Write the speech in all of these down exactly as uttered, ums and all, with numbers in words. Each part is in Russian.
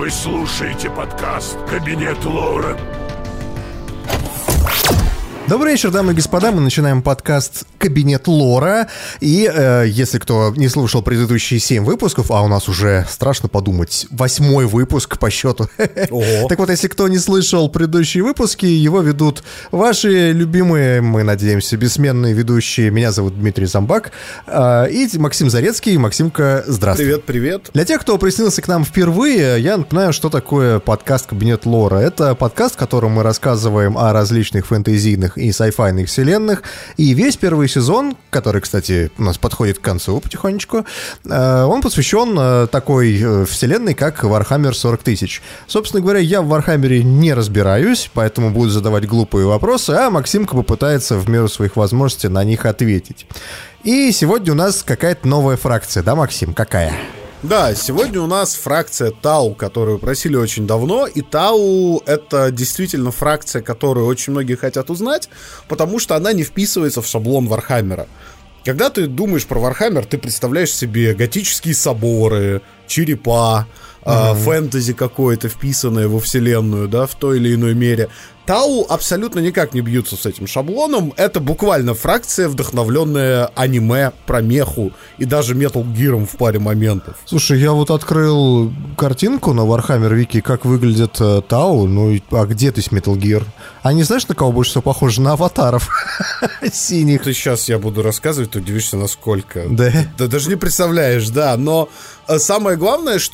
Вы слушаете подкаст «Кабинет Лора». Добрый вечер, дамы и господа, мы начинаем подкаст «Кабинет Лора». И э, если кто не слушал предыдущие семь выпусков, а у нас уже, страшно подумать, восьмой выпуск по счету. Так вот, если кто не слышал предыдущие выпуски, его ведут ваши любимые, мы надеемся, бессменные ведущие. Меня зовут Дмитрий Замбак э, и Максим Зарецкий. Максимка, здравствуй. Привет, привет. Для тех, кто присоединился к нам впервые, я напоминаю, что такое подкаст «Кабинет Лора». Это подкаст, в котором мы рассказываем о различных фэнтезийных и сайфайных вселенных. И весь первый сезон, который, кстати, у нас подходит к концу потихонечку, он посвящен такой вселенной, как Warhammer сорок тысяч. Собственно говоря, я в Warhammer не разбираюсь, поэтому буду задавать глупые вопросы, а Максимка попытается в меру своих возможностей на них ответить. И сегодня у нас какая-то новая фракция, да, Максим? Какая? Да, сегодня у нас фракция Тау, которую просили очень давно, и Тау — это действительно фракция, которую очень многие хотят узнать, потому что она не вписывается в шаблон Вархаммера. Когда ты думаешь про Вархаммер, ты представляешь себе готические соборы, черепа, mm-hmm. э, фэнтези какое-то, вписанное во вселенную, да, в той или иной мере. Тау абсолютно никак не бьются с этим шаблоном. Это буквально фракция, вдохновленная аниме про меху и даже Metal Gear'ом в паре моментов. Слушай, я вот открыл картинку на Warhammer Wiki, как выглядит э, Тау. Ну, а где ты с Metal Gear? А не знаешь, на кого больше всего похоже? На аватаров синих. Ты сейчас я буду рассказывать, ты удивишься, насколько. Да? Ты даже не представляешь, да. Но самое главное, что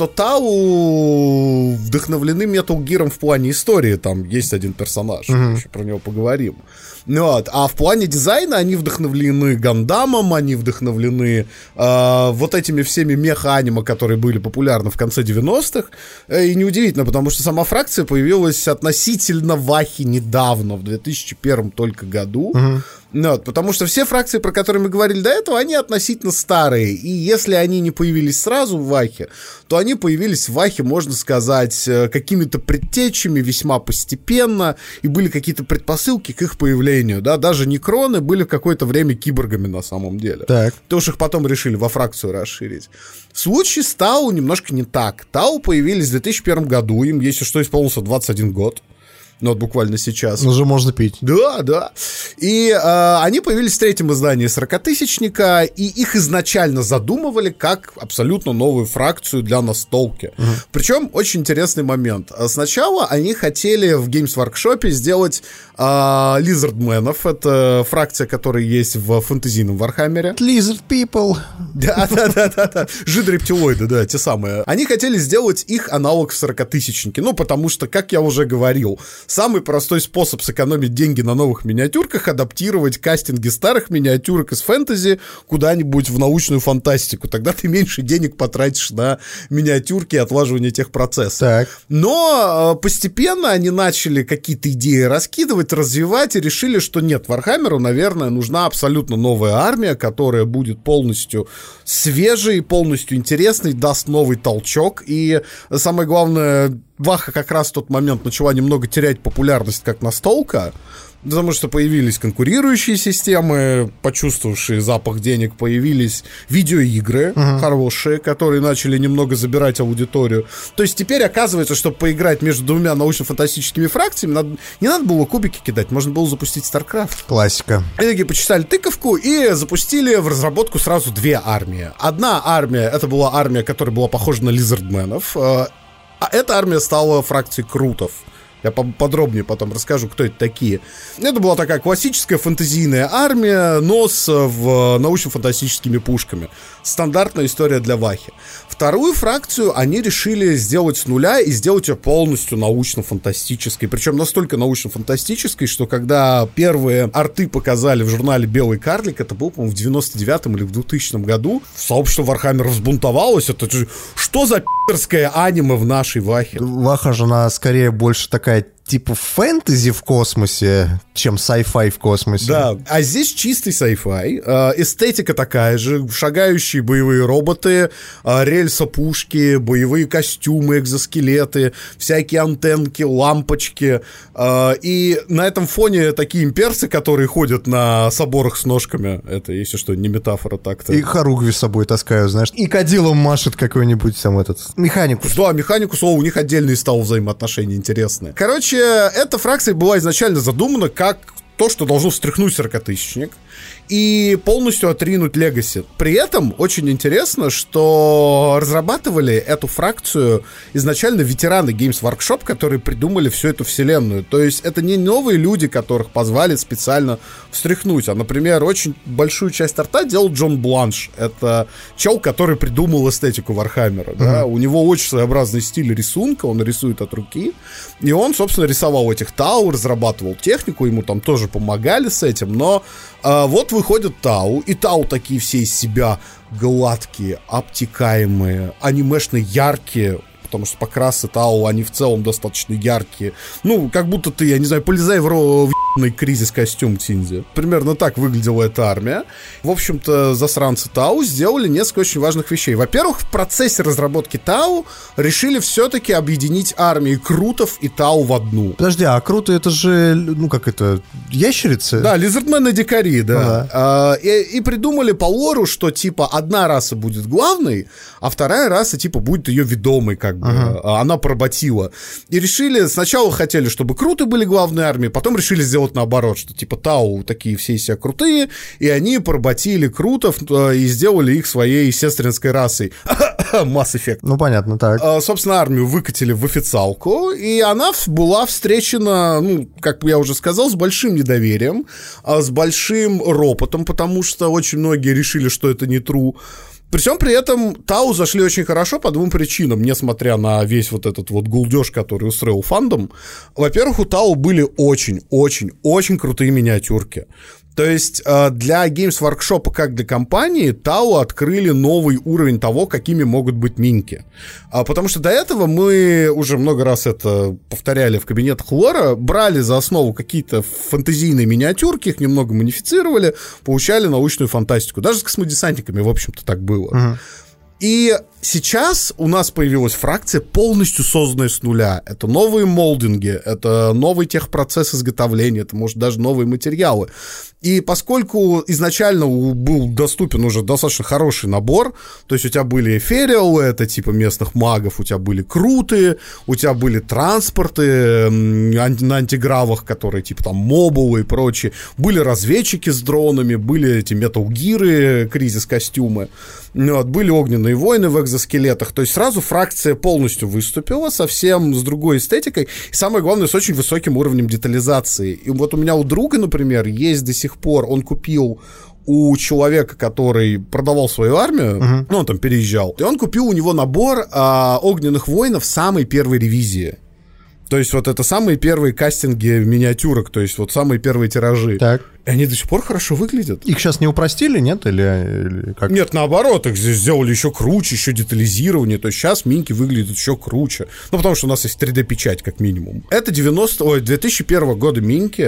Тау вдохновлены Metal Gear'ом в плане истории. Там есть один персонаж. Угу. Мы еще про него поговорим. Вот. А в плане дизайна они вдохновлены Гандамом, они вдохновлены э, вот этими всеми меха-аниме, которые были популярны в конце девяностых. И неудивительно, потому что сама фракция появилась относительно в Ахе недавно, в две тысячи первом только году. Угу. Вот, потому что все фракции, про которые мы говорили до этого, они относительно старые. И если они не появились сразу в Ахе, то они появились в Ахе, можно сказать, какими-то предтечами весьма постепенно, и были какие-то предпосылки к их появлению. Да? Даже некроны были в какое-то время киборгами на самом деле. Так. То уж их потом решили во фракцию расширить. В случае с Тау немножко не так. Тау появились в две тысячи первом году, им, если что, исполнился двадцать один год. Ну, вот буквально сейчас. Уже можно пить. Да, да. И э, они появились в третьем издании сорокатысячника, и их изначально задумывали как абсолютно новую фракцию для настолки. Uh-huh. Причем очень интересный момент. Сначала они хотели в Games Workshop сделать э, Lizardmen'ов. Это фракция, которая есть в фэнтезийном Вархаммере. Lizard People. Да, да, да, да, да. Жид-рептилоиды, да, те самые. Они хотели сделать их аналог в сорокатысячнике. Ну, потому что, как я уже говорил, самый простой способ сэкономить деньги на новых миниатюрках — адаптировать кастинги старых миниатюрок из фэнтези куда-нибудь в научную фантастику. Тогда ты меньше денег потратишь на миниатюрки и отлаживание тех процессов. Так. Но э, постепенно они начали какие-то идеи раскидывать, развивать и решили, что нет, Вархаммеру, наверное, нужна абсолютно новая армия, которая будет полностью свежей, полностью интересной, даст новый толчок. И самое главное, Ваха как раз в тот момент начала немного терять популярность как настолка, потому что появились конкурирующие системы, почувствовавшие запах денег, появились видеоигры uh-huh. хорошие, которые начали немного забирать аудиторию. То есть теперь оказывается, чтобы поиграть между двумя научно-фантастическими фракциями, надо, не надо было кубики кидать, можно было запустить StarCraft. Классика. И такие почитали тыковку и запустили в разработку сразу две армии. Одна армия, это была армия, которая была похожа на Лизардменов, а эта армия стала фракцией крутов. Я подробнее потом расскажу, кто это такие. Это была такая классическая фэнтезийная армия, но с в, научно-фантастическими пушками. Стандартная история для Вахи. Вторую фракцию они решили сделать с нуля и сделать ее полностью научно-фантастической. Причем настолько научно-фантастической, что когда первые арты показали в журнале «Белый карлик», это был, по-моему, в девяносто девятом или в двухтысячном году, сообщество Вархаммер взбунтовалось. Это же, что за пи***рское аниме в нашей Вахе? Ваха же, она скорее больше такая типа фэнтези в космосе, чем sci-fi в космосе. Да, а здесь чистый sci-fi. Эстетика такая же. Шагающие боевые роботы, рельсопушки, боевые костюмы, экзоскелеты, всякие антенки, лампочки. И на этом фоне такие имперцы, которые ходят на соборах с ножками. Это, если что, не метафора так-то. И хоругви с собой таскают, знаешь. И кадилом машет какой-нибудь там этот механикус. Да, механикус, о, у них отдельные стало взаимоотношения интересные. Короче, эта фракция была изначально задумана как то, что должно встряхнуть сорокатысячник и полностью отринуть Legacy. При этом очень интересно, что разрабатывали эту фракцию изначально ветераны Games Workshop, которые придумали всю эту вселенную. То есть это не новые люди, которых позвали специально встряхнуть, а, например, очень большую часть арта делал Джон Бланш. Это чел, который придумал эстетику Вархаммера. Mm-hmm. Да? У него очень своеобразный стиль рисунка, он рисует от руки, и он, собственно, рисовал этих Тау, разрабатывал технику, ему там тоже помогали с этим, но а, вот выходят Тау, и Тау такие все из себя гладкие, обтекаемые, анимешно яркие, потому что покрасы Тау, они в целом достаточно яркие. Ну, как будто ты, я не знаю, полезай в, ро- в ебаный кризис-костюм Тинзи. Примерно так выглядела эта армия. В общем-то, засранцы Тау сделали несколько очень важных вещей. Во-первых, в процессе разработки Тау решили все-таки объединить армии Крутов и Тау в одну. Подожди, а Круты это же, ну как это, ящерицы? Да, лизардмены дикари, да. Ага. А, и, и придумали по лору, что типа одна раса будет главной, а вторая раса типа будет ее ведомой, как бы. Ага. Она поработила. И решили, сначала хотели, чтобы Круты были главной армией, потом решили сделать наоборот, что типа Тау такие все из себя крутые, и они поработили Крутов и сделали их своей сестринской расой. Mass Effect. Ну, понятно, так. А, собственно, армию выкатили в официалку, и она была встречена, ну, как я уже сказал, с большим недоверием, с большим ропотом, потому что очень многие решили, что это не true. При всем при этом Тау зашли очень хорошо по двум причинам, несмотря на весь вот этот вот гулдеж, который устроил фандом. Во-первых, у Тау были очень-очень-очень крутые миниатюрки. То есть для Games Workshop, как для компании, Тау открыли новый уровень того, какими могут быть миньки. Потому что до этого мы уже много раз это повторяли в кабинетах лора, брали за основу какие-то фэнтезийные миниатюрки, их немного модифицировали, получали научную фантастику. Даже с космодесантниками, в общем-то, так было. Uh-huh. И сейчас у нас появилась фракция, полностью созданная с нуля. Это новые молдинги, это новый техпроцесс изготовления, это, может, даже новые материалы. И поскольку изначально был доступен уже достаточно хороший набор, то есть у тебя были эфериалы, это типа местных магов, у тебя были круты, у тебя были транспорты на антигравах, которые типа там мобулы и прочее, были разведчики с дронами, были эти металл-гиры, кризис-костюмы, вот, были огненные воины в экзоскелетах, то есть сразу фракция полностью выступила, совсем с другой эстетикой, и самое главное, с очень высоким уровнем детализации. И вот у меня у друга, например, есть до сих пор, он купил у человека, который продавал свою армию, uh-huh. ну, он там переезжал, и он купил у него набор а, огненных воинов самой первой ревизии. То есть вот это самые первые кастинги миниатюрок, то есть вот самые первые тиражи. Так. И они до сих пор хорошо выглядят. Их сейчас не упростили, нет? Или, или как? Нет, наоборот, их здесь сделали еще круче, еще детализирование. То есть сейчас миньки выглядят еще круче. Ну, потому что у нас есть три дэ-печать, как минимум. Это девяностого, ой, две тысячи первого года миньки,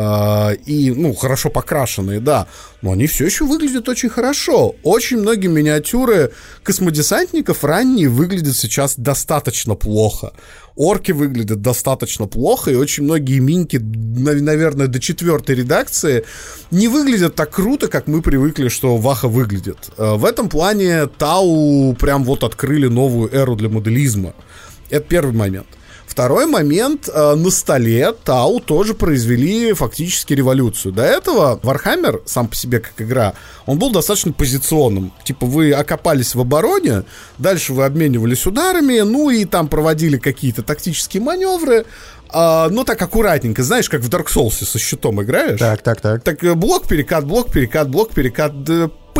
э, и, ну, хорошо покрашенные, да. Но они все еще выглядят очень хорошо. Очень многие миниатюры космодесантников ранние выглядят сейчас достаточно плохо. Орки выглядят достаточно плохо, и очень многие миньки, наверное, до четвертой редакции не выглядят так круто, как мы привыкли, что Ваха выглядит. В этом плане Тау прям вот открыли новую эру для моделизма. Это первый момент. Второй момент, на столе Тау тоже произвели фактически революцию. До этого Warhammer, сам по себе как игра, он был достаточно позиционным. Типа вы окопались в обороне, дальше вы обменивались ударами, ну и там проводили какие-то тактические маневры, а, ну так аккуратненько, знаешь, как в Dark Souls со щитом играешь. Так, так, так. Так блок-перекат, блок-перекат, блок-перекат, по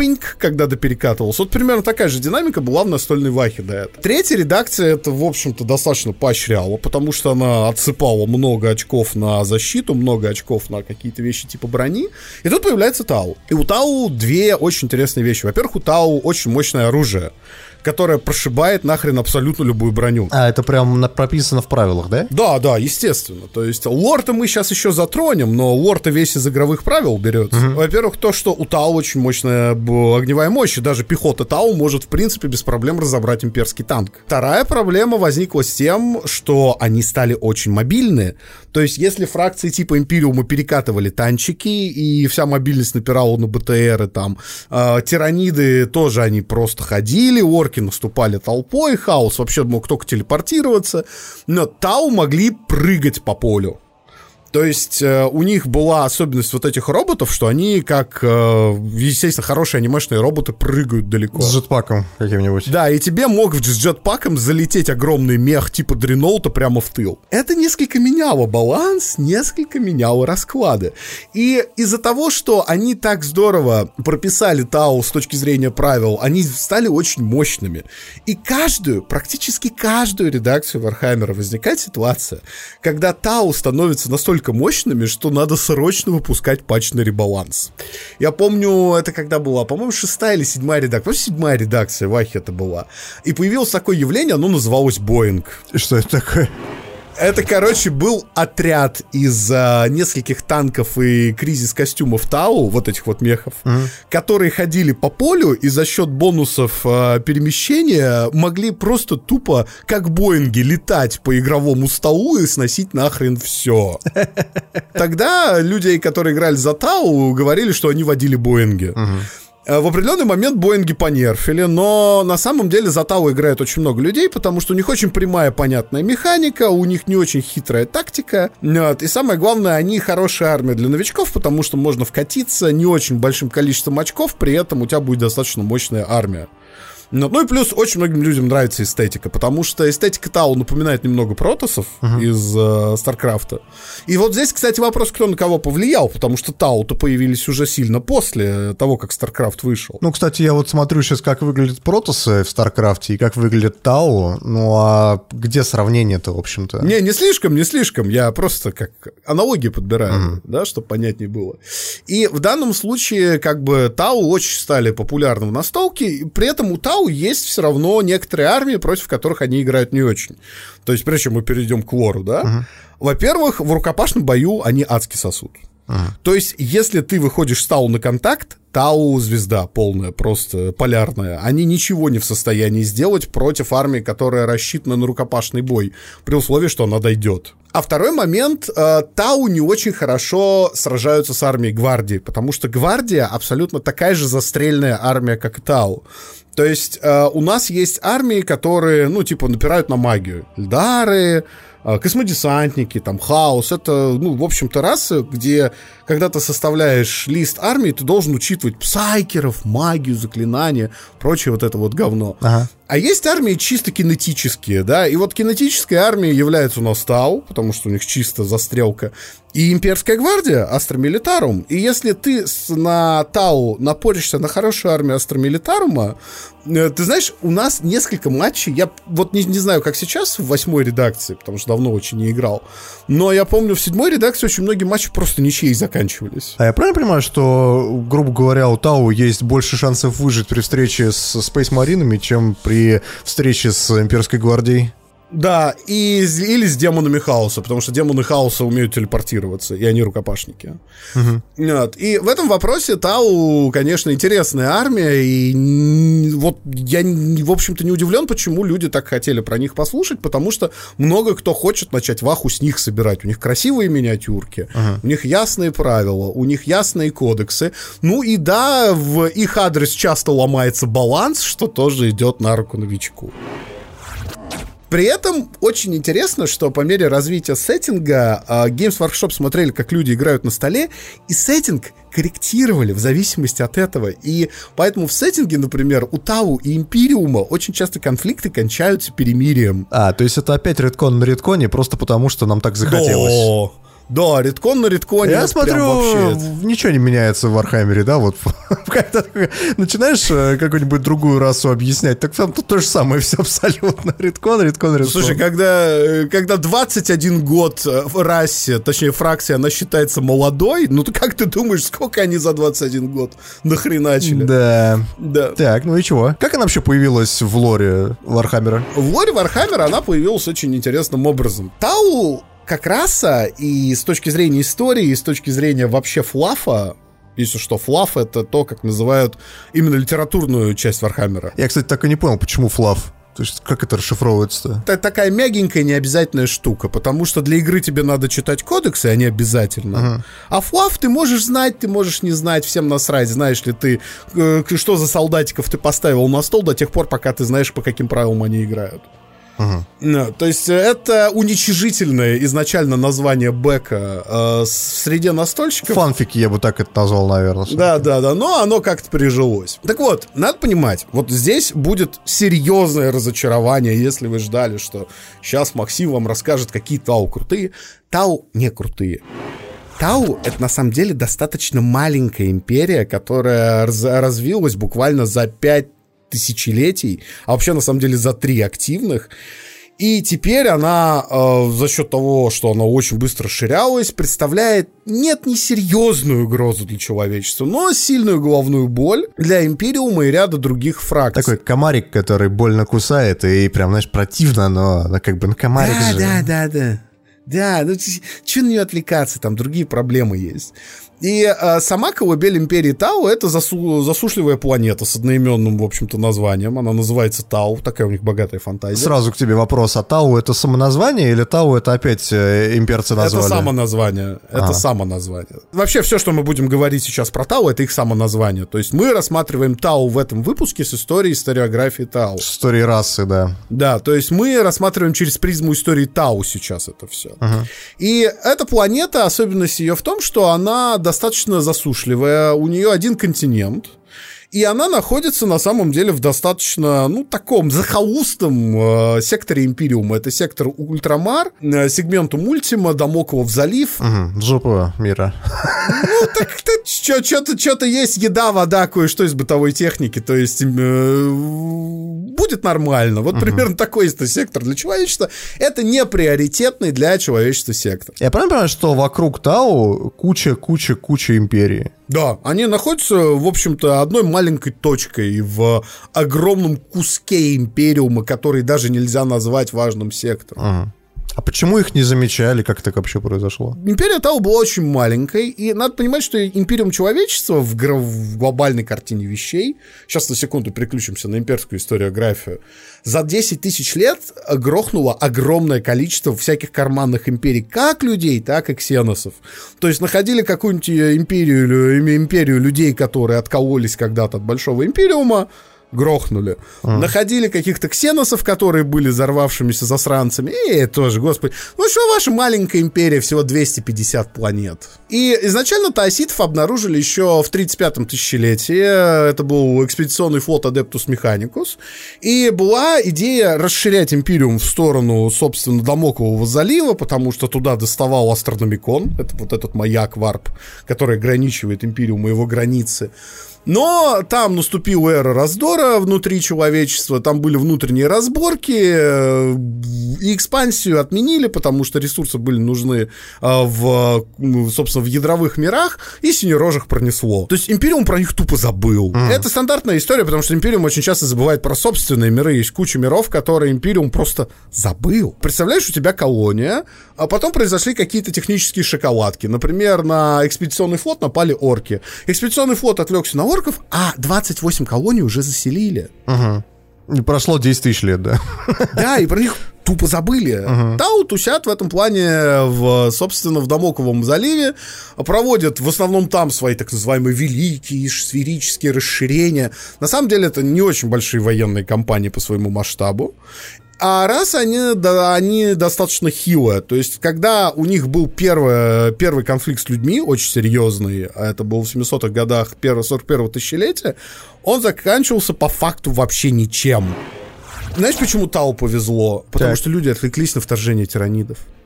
пыньк, когда-то перекатывался. Вот примерно такая же динамика была в настольной вахе до этого. Третья редакция это, в общем-то, достаточно поощряла, потому что она отсыпала много очков на защиту, много очков на какие-то вещи типа брони. И тут появляется Тау. И у Тау две очень интересные вещи. Во-первых, у Тау очень мощное оружие, которая прошибает нахрен абсолютно любую броню. А, это прям прописано в правилах, да? Да, да, естественно. То есть лор-то мы сейчас еще затронем, но лор-то весь из игровых правил берется. Uh-huh. Во-первых, то, что у Тау очень мощная огневая мощь, и даже пехота Тау может, в принципе, без проблем разобрать имперский танк. Вторая проблема возникла с тем, что они стали очень мобильны. То есть, если фракции типа Империума перекатывали танчики, и вся мобильность напирала на БТРы, там, э, тираниды тоже они просто ходили, орки наступали толпой, хаос вообще мог только телепортироваться, но Тау могли прыгать по полю. То есть э, у них была особенность вот этих роботов, что они, как, э, естественно, хорошие анимешные роботы, прыгают далеко. С джетпаком каким-нибудь. Да, и тебе мог с джетпаком залететь огромный мех типа Дреноута прямо в тыл. Это несколько меняло баланс, несколько меняло расклады. И из-за того, что они так здорово прописали Тау с точки зрения правил, они стали очень мощными. И каждую, практически каждую редакцию Вархаммера возникает ситуация, когда Тау становится настолько мощными, что надо срочно выпускать патч на ребаланс. Я помню, это когда была, по-моему, шестая или седьмая редакция. По-моему, седьмая редакция Вахи это была. И появилось такое явление, оно называлось Боинг. Что это такое? Это, короче, был отряд из а, нескольких танков и кризис-костюмов Тау, вот этих вот мехов, mm-hmm. которые ходили по полю и за счет бонусов а, перемещения могли просто тупо, как Боинги, летать по игровому столу и сносить нахрен все. Тогда люди, которые играли за Тау, говорили, что они водили Боинги. Mm-hmm. В определенный момент Боинги понерфили, но на самом деле за Тау играет очень много людей, потому что у них очень прямая, понятная механика, у них не очень хитрая тактика, вот, и самое главное, они хорошая армия для новичков, потому что можно вкатиться не очень большим количеством очков, при этом у тебя будет достаточно мощная армия. Ну и плюс очень многим людям нравится эстетика, потому что эстетика Тау напоминает немного Протоссов uh-huh. из э, Старкрафта. И вот здесь, кстати, вопрос, кто на кого повлиял, потому что Тау-то появились уже сильно после того, как Старкрафт вышел. Ну, кстати, я вот смотрю сейчас, как выглядят Протоссы в Старкрафте и как выглядит Тау, ну а где сравнение-то, в общем-то? Не, не слишком, не слишком, я просто как аналогии подбираю, uh-huh. да, чтобы понятнее было. И в данном случае, как бы, Тау очень стали популярны в настолке, и при этом у Тау есть все равно некоторые армии, против которых они играют не очень. То есть, прежде чем мы перейдем к лору, да, uh-huh. во-первых, в рукопашном бою они адски сосут. Uh-huh. То есть, если ты выходишь с Тау на контакт, Тау звезда полная, просто полярная. Они ничего не в состоянии сделать против армии, которая рассчитана на рукопашный бой, при условии, что она дойдет. А второй момент, э, Тау не очень хорошо сражаются с армией гвардии, потому что гвардия абсолютно такая же застрельная армия, как и Тау. То есть э, у нас есть армии, которые, ну, типа, напирают на магию. Эльдары, э, космодесантники, там, хаос. Это, ну, в общем-то, расы, где, когда ты составляешь лист армии, ты должен учитывать псайкеров, магию, заклинания, прочее вот это вот говно. Ага. А есть армии чисто кинетические, да, и вот кинетическая армия является у нас Тау, потому что у них чисто застрелка, и имперская гвардия, Астромилитарум. И если ты на Тау напоришься на хорошую армию Астромилитарума, ты знаешь, у нас несколько матчей, я вот не, не знаю, как сейчас в восьмой редакции, потому что давно очень не играл, но я помню, в седьмой редакции очень многие матчи просто ничьей заканчивались. А я правильно понимаю, что, грубо говоря, у Тау есть больше шансов выжить при встрече с спейс-маринами, чем при встрече с имперской гвардией? Да, и, или с демонами хаоса, потому что демоны хаоса умеют телепортироваться, и они рукопашники. Uh-huh. Вот. И в этом вопросе Тау, конечно, интересная армия, и вот я, в общем-то, не удивлен, почему люди так хотели про них послушать, потому что много кто хочет начать ваху с них собирать. У них красивые миниатюрки, uh-huh. у них ясные правила, у них ясные кодексы. Ну и да, в их адрес часто ломается баланс, что тоже идет на руку новичку. При этом очень интересно, что по мере развития сеттинга uh, Games Workshop смотрели, как люди играют на столе, и сеттинг корректировали в зависимости от этого. И поэтому в сеттинге, например, у Тау и Империума очень часто конфликты кончаются перемирием. А, то есть это опять редкон на редконе, просто потому что нам так захотелось. Да, редкон на редконе. Я смотрю, вообще... ничего не меняется в Вархаммере, да, вот когда начинаешь какую-нибудь другую расу объяснять, так там то же самое все абсолютно. Редкон, редкон, редкон. Слушай, когда, когда двадцать один год в расе, точнее фракции, она считается молодой, ну ты как ты думаешь, сколько они за двадцать один год нахреначили? Да. Да. Так, ну и чего? Как она вообще появилась в лоре Вархаммера? В лоре Вархаммера она появилась очень интересным образом. Тау как раса, и с точки зрения истории, и с точки зрения вообще флафа, если что, флаф — это то, как называют именно литературную часть Вархаммера. Я, кстати, так и не понял, почему флаф. То есть как это расшифровывается-то? Это такая мягенькая, необязательная штука, потому что для игры тебе надо читать кодексы, они обязательно. Uh-huh. А флаф ты можешь знать, ты можешь не знать, всем насрать, знаешь ли ты, э, что за солдатиков ты поставил на стол до тех пор, пока ты знаешь, по каким правилам они играют. Uh-huh. No, то есть это уничижительное изначально название бэка э, в среде настольщиков. Фанфики я бы так это назвал, наверное. Да, да, да, но оно как-то прижилось. Так вот, надо понимать, вот здесь будет серьезное разочарование, если вы ждали, что сейчас Максим вам расскажет, какие Тау крутые. Тау не крутые. Тау — это на самом деле достаточно маленькая империя, которая раз- развилась буквально за пять тысячелетий, а вообще на самом деле за три активных. И теперь она, э, за счет того, что она очень быстро расширялась, представляет, нет, не серьезную угрозу для человечества, но сильную головную боль для Империума и ряда других фракций. Такой комарик, который больно кусает, и прям, знаешь, противно, но, но как бы, ну, комарик да, же. Да, да, да. Да, ну что на нее отвлекаться, там другие проблемы есть. И э, сама колыбель империи Тау — это засу- засушливая планета с одноименным, в общем-то, названием. Она называется Тау, такая у них богатая фантазия. Сразу к тебе вопрос, а Тау — это самоназвание или Тау — это опять э, имперцы назвали? Это самоназвание, это ага. самоназвание. Вообще все, что мы будем говорить сейчас про Тау, это их самоназвание. То есть мы рассматриваем Тау в этом выпуске с историей историографии Тау. С историей расы, да. Да, то есть мы рассматриваем через призму истории Тау сейчас это все. Ага. И эта планета, особенность ее в том, что она достаточно засушливая, у нее один континент, и она находится на самом деле в достаточно, ну, таком захолустном э, секторе Империума. Это сектор Ультрамар, э, сегментум Ультима, Дамоклов залив. Угу, жопа мира. Ну, так что-то что-то есть, еда, вода, кое-что из бытовой техники, то есть э, будет нормально. Вот угу. примерно такой есть сектор для человечества. Это не приоритетный для человечества сектор. Я правильно понимаю, что вокруг Тау куча-куча-куча империи? Да, они находятся, в общем-то, одной маленькой точкой в огромном куске Империума, который даже нельзя назвать важным сектором. Ага. А почему их не замечали? Как так вообще произошло? Империя Тау была очень маленькой, и надо понимать, что Империум человечества в, гр- в глобальной картине вещей, сейчас на секунду переключимся на имперскую историографию, за десять тысяч лет грохнуло огромное количество всяких карманных империй, как людей, так и ксеносов. То есть находили какую-нибудь империю, империю людей, которые откололись когда-то от Большого Империума, грохнули. А. Находили каких-то ксеносов, которые были взорвавшимися засранцами. И тоже, господи. Ну что, ваша маленькая империя, всего двести пятьдесят планет. И изначально таоситов обнаружили еще в тридцать пятом тысячелетии. Это был экспедиционный флот Adeptus Mechanicus. И была идея расширять Империум в сторону, собственно, Дамоклового залива, потому что туда доставал Астрономикон. Это вот этот маяк Варп, который ограничивает Империум и его границы. Но там наступила эра раздора внутри человечества, там были внутренние разборки, и экспансию отменили, потому что ресурсы были нужны в, собственно, в ядровых мирах, и синерожих пронесло. То есть Империум про них тупо забыл. Mm. Это стандартная история, потому что Империум очень часто забывает про собственные миры. Есть куча миров, которые Империум просто забыл. Представляешь, у тебя колония, а потом произошли какие-то технические шоколадки. Например, на экспедиционный флот напали орки. Экспедиционный флот отвлекся на орков, а двадцать восемь колоний уже заселили. Угу. И прошло десять тысяч лет, да? Да, и про них тупо забыли. Uh-huh. Тау тусят в этом плане, в, собственно, в Дамокловом заливе, проводят в основном там свои так называемые великие сферические расширения. На самом деле это не очень большие военные кампании по своему масштабу. А раз они, да, они достаточно хилые, то есть когда у них был первый, первый конфликт с людьми, очень серьезный, а это был в семисотых годах сорок первого тысячелетия, он заканчивался по факту вообще ничем. Знаешь, почему Тау повезло? Потому так. что люди отвлеклись на вторжение тиранидов.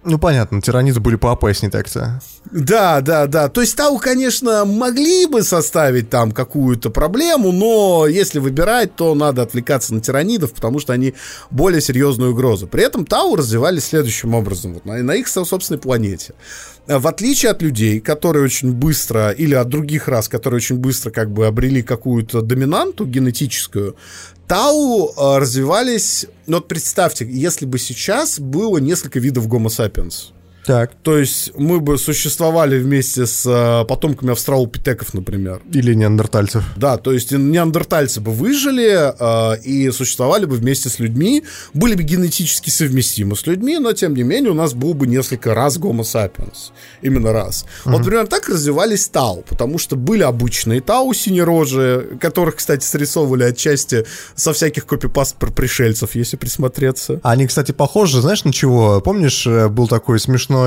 Ну, понятно, тираниды были поопаснее так-то. Да, да, да. То есть Тау, конечно, могли бы составить там какую-то проблему, но если выбирать, то надо отвлекаться на тиранидов, потому что они более серьезная угроза. При этом Тау развивались следующим образом, вот, на, на их собственной планете. В отличие от людей, которые очень быстро, или от других рас, которые очень быстро как бы обрели какую-то доминанту генетическую, Тау э, развивались... Ну вот представьте, если бы сейчас было несколько видов Homo sapiens. Так. То есть мы бы существовали вместе с э, потомками австралопитеков, например. Или неандертальцев. Да, то есть неандертальцы бы выжили э, и существовали бы вместе с людьми, были бы генетически совместимы с людьми, но тем не менее у нас было бы несколько раз Homo sapiens. Именно раз. Mm-hmm. Вот примерно так развивались Тау, потому что были обычные Тау синерожие, которых, кстати, срисовывали отчасти со всяких копипаст про пришельцев, если присмотреться. Они, кстати, похожи, знаешь, на чего? Помнишь, был такой смешной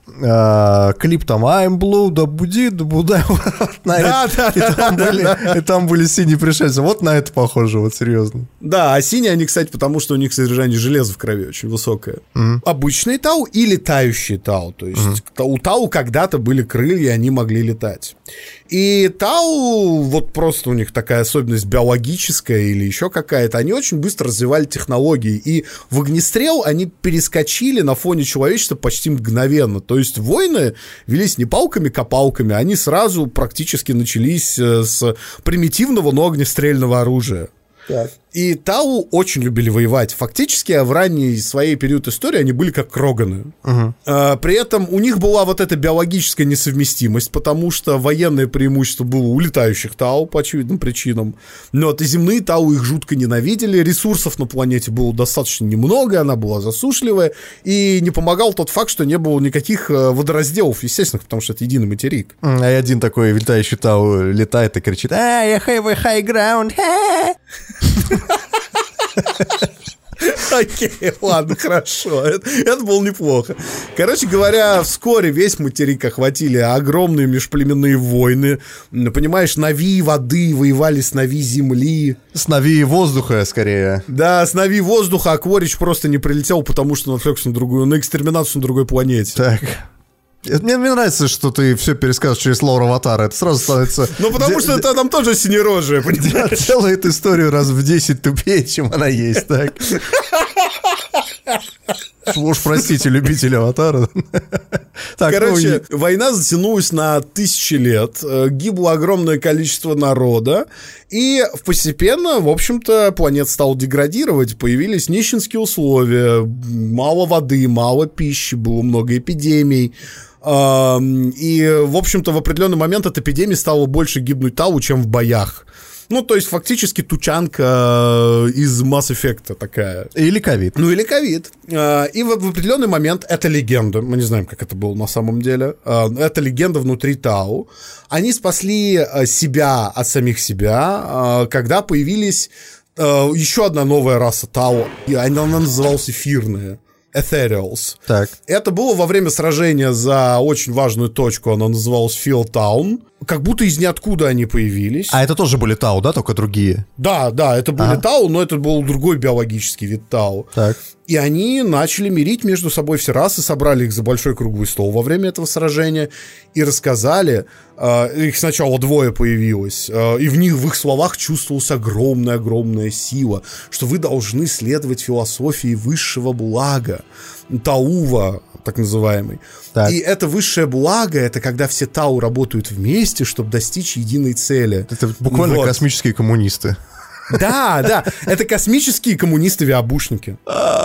Э, клип там I'm blue, да буди, да будай. Да, да, да. И там были синие пришельцы. Вот на это похоже, вот серьезно. Да, а синие они, кстати, потому что у них содержание железа в крови очень высокое. Mm-hmm. Обычные Тау и летающие Тау. То есть mm-hmm. у Тау когда-то были крылья, они могли летать. И Тау, вот просто у них такая особенность биологическая или еще какая-то, они очень быстро развивали технологии. И в огнестрел они перескочили на фоне человечества почти мгновенно. То есть войны велись не палками-копалками, они сразу практически начались с примитивного, но огнестрельного оружия. Так. И Тау очень любили воевать. Фактически в ранний своей период истории они были как кроганы. Uh-huh. а, При этом у них была вот эта биологическая несовместимость, потому что военное преимущество было у летающих Тау по очевидным причинам. Но вот и земные Тау их жутко ненавидели. Ресурсов на планете было достаточно немного, она была засушливая. И не помогал тот факт, что не было никаких водоразделов естественных, потому что это единый материк. А один такой летающий Тау летает и кричит: «А, я have a high ground!» Окей, ладно, хорошо. Это, это было неплохо. Короче говоря, вскоре весь материк охватили огромные межплеменные войны. Понимаешь, Нави воды воевали с Нави земли. С Нави воздуха, скорее. Да, с Нави воздуха, а Кворич просто не прилетел, потому что он отвлекся на другую, на экстерминацию на другой планете. Так. Мне, мне нравится, что ты все пересказываешь через лор Аватара. Это сразу становится... Ну, потому де- что это там тоже синерожие, понимаешь? Делает историю раз в десять тупее, чем она есть, так? Уж простите, любители Аватара. Так, короче, ну... война затянулась на тысячи лет, гибло огромное количество народа, и постепенно, в общем-то, планета стала деградировать, появились нищенские условия, мало воды, мало пищи, было много эпидемий. И, в общем-то, в определенный момент от эпидемии стало больше гибнуть Тау, чем в боях. Ну, то есть, фактически тучанка из Mass Effect такая. Или ковид. Ну, или ковид. И в определенный момент, это легенда, мы не знаем, как это было на самом деле, это легенда внутри Тау. Они спасли себя от самих себя, когда появились еще одна новая раса Тау, и она называлась эфирная. Ethereals. Так. Это было во время сражения за очень важную точку, она называлась Филтаун. Как будто из ниоткуда они появились. А это тоже были Тау, да, только другие? Да, да, это были ага. Тау, но это был другой биологический вид Тау. Так. И они начали мирить между собой все расы, собрали их за большой круглый стол во время этого сражения и рассказали, э, их сначала двое появилось, э, и в них, в их словах чувствовалась огромная-огромная сила, что вы должны следовать философии высшего блага, Таува, так называемый. Так. И это высшее благо, это когда все Тау работают вместе, чтобы достичь единой цели. Это буквально вот. Космические коммунисты. Да, да, это космические коммунисты-виабушники.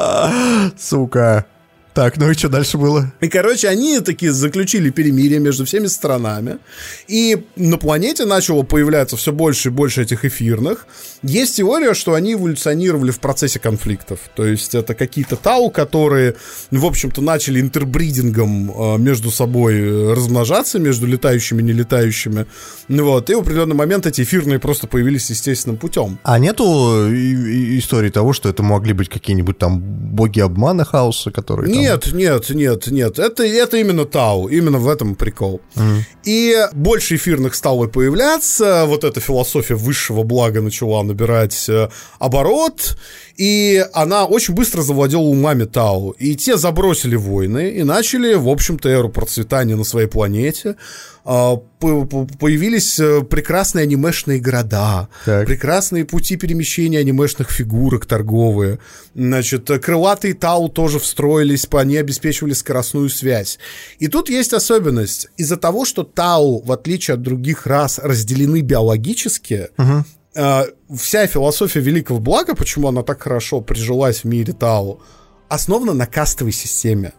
Сука. Так, ну и что дальше было? И, короче, они таки заключили перемирие между всеми сторонами. И на планете начало появляться все больше и больше этих эфирных. Есть теория, что они эволюционировали в процессе конфликтов. То есть это какие-то Тау, которые, в общем-то, начали интербридингом между собой размножаться, между летающими и нелетающими. Вот. И в определенный момент эти эфирные просто появились естественным путем. А нету истории того, что это могли быть какие-нибудь там боги обмана хаоса, которые... Там... Нет, нет, нет, нет. Это, это именно Тау. Именно в этом прикол. Mm. И больше эфирных стало появляться. Вот эта философия высшего блага начала набирать оборот. И она очень быстро завладела умами Тау. И те забросили войны и начали, в общем-то, эру процветания на своей планете. Появились прекрасные анимешные города, так. прекрасные пути перемещения анимешных фигурок торговые. Значит, крылатые Тау тоже встроились, они обеспечивали скоростную связь. И тут есть особенность. Из-за того, что Тау, в отличие от других рас, разделены биологически, угу. вся философия великого блага, почему она так хорошо прижилась в мире Тау, основана на кастовой системе.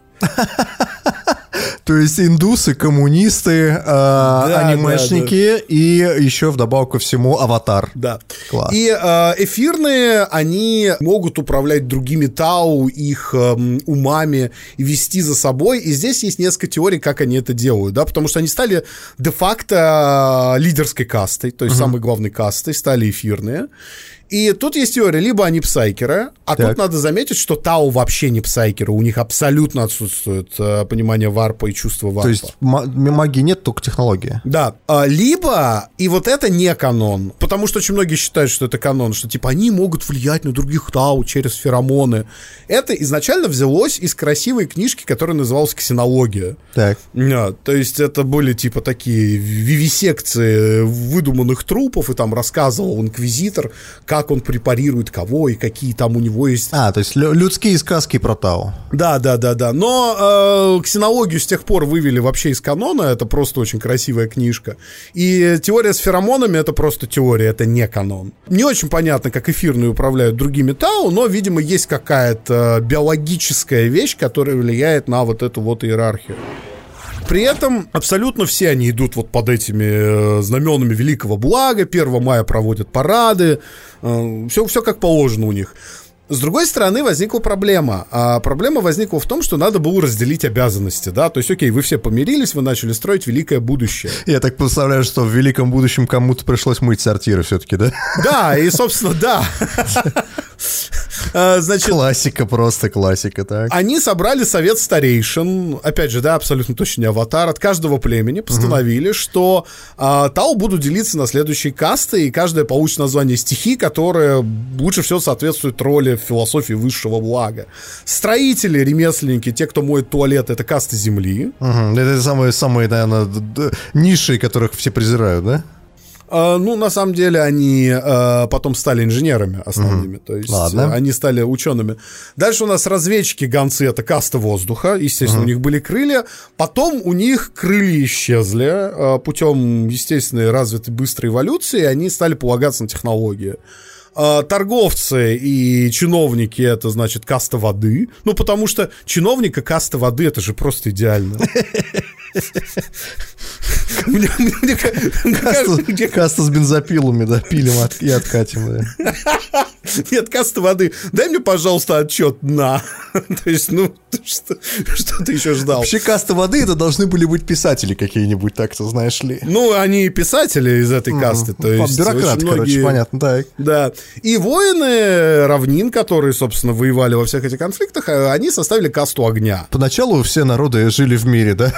То есть индусы, коммунисты, э, да, анимешники да, да. и еще вдобавок ко всему аватар. Да. Класс. И э, эфирные, они могут управлять другими Тау, их э, умами и вести за собой. И здесь есть несколько теорий, как они это делают, да, потому что они стали де-факто лидерской кастой, то есть угу. самой главной кастой, стали эфирные. И тут есть теория, либо они псайкеры, а так. тут надо заметить, что Тау вообще не псайкеры, у них абсолютно отсутствует э, понимание варпа и чувство варпа. То есть магии нет, только технология. Да, либо, и вот это не канон, потому что очень многие считают, что это канон, что типа они могут влиять на других Тау через феромоны. Это изначально взялось из красивой книжки, которая называлась «Ксенология». Так. Да, то есть это были типа такие вивисекции выдуманных трупов, и там рассказывал инквизитор, как он препарирует кого и какие там у него есть... А, то есть людские сказки про Тау. Да, да, да, да. Но э, ксенологию с тех пор вывели вообще из канона, это просто очень красивая книжка. И теория с феромонами — это просто теория, это не канон. Не очень понятно, как эфирные управляют другими Тау, но, видимо, есть какая-то биологическая вещь, которая влияет на вот эту вот иерархию. При этом абсолютно все они идут вот под этими знаменами великого блага, первого мая проводят парады, все, все как положено у них. С другой стороны, возникла проблема. А проблема возникла в том, что надо было разделить обязанности, да, то есть, окей, вы все помирились, вы начали строить великое будущее. Я так представляю, что в великом будущем кому-то пришлось мыть сортиры все-таки, да? Да, и, собственно, да. Значит, классика, просто классика, так. Они собрали совет старейшин, опять же, да, абсолютно точно не аватар, от каждого племени постановили, угу. что а, Тау будут делиться на следующие касты, и каждая получит название стихии, которое лучше всего соответствует роли в философии высшего блага. Строители, ремесленники, те, кто моет туалет, это касты земли. Угу. Это самые, самые, наверное, ниши, которых все презирают, да? Uh, ну, на самом деле, они uh, потом стали инженерами основными, mm-hmm. то есть uh, они стали учеными. Дальше у нас разведчики-гонцы — это каста воздуха, естественно, mm-hmm. у них были крылья. Потом у них крылья исчезли uh, путем естественной развитой быстрой эволюции, и они стали полагаться на технологии. Uh, торговцы и чиновники — это, значит, каста воды. Ну, потому что чиновник и каста воды — это же просто идеально. Мне, мне, каста, мне... каста с бензопилами, да, пилим от, и откатим, да. Нет, каста воды. Дай мне, пожалуйста, отчет на. То есть, ну, что, что ты еще ждал? Вообще, каста воды — это должны были быть писатели какие-нибудь, так-то, знаешь ли. Ну, они писатели из этой касты. Mm-hmm. То есть, бюрократ, многие... короче, понятно, так. Да. И воины равнин, которые, собственно, воевали во всех этих конфликтах, они составили касту огня. Поначалу все народы жили в мире, да?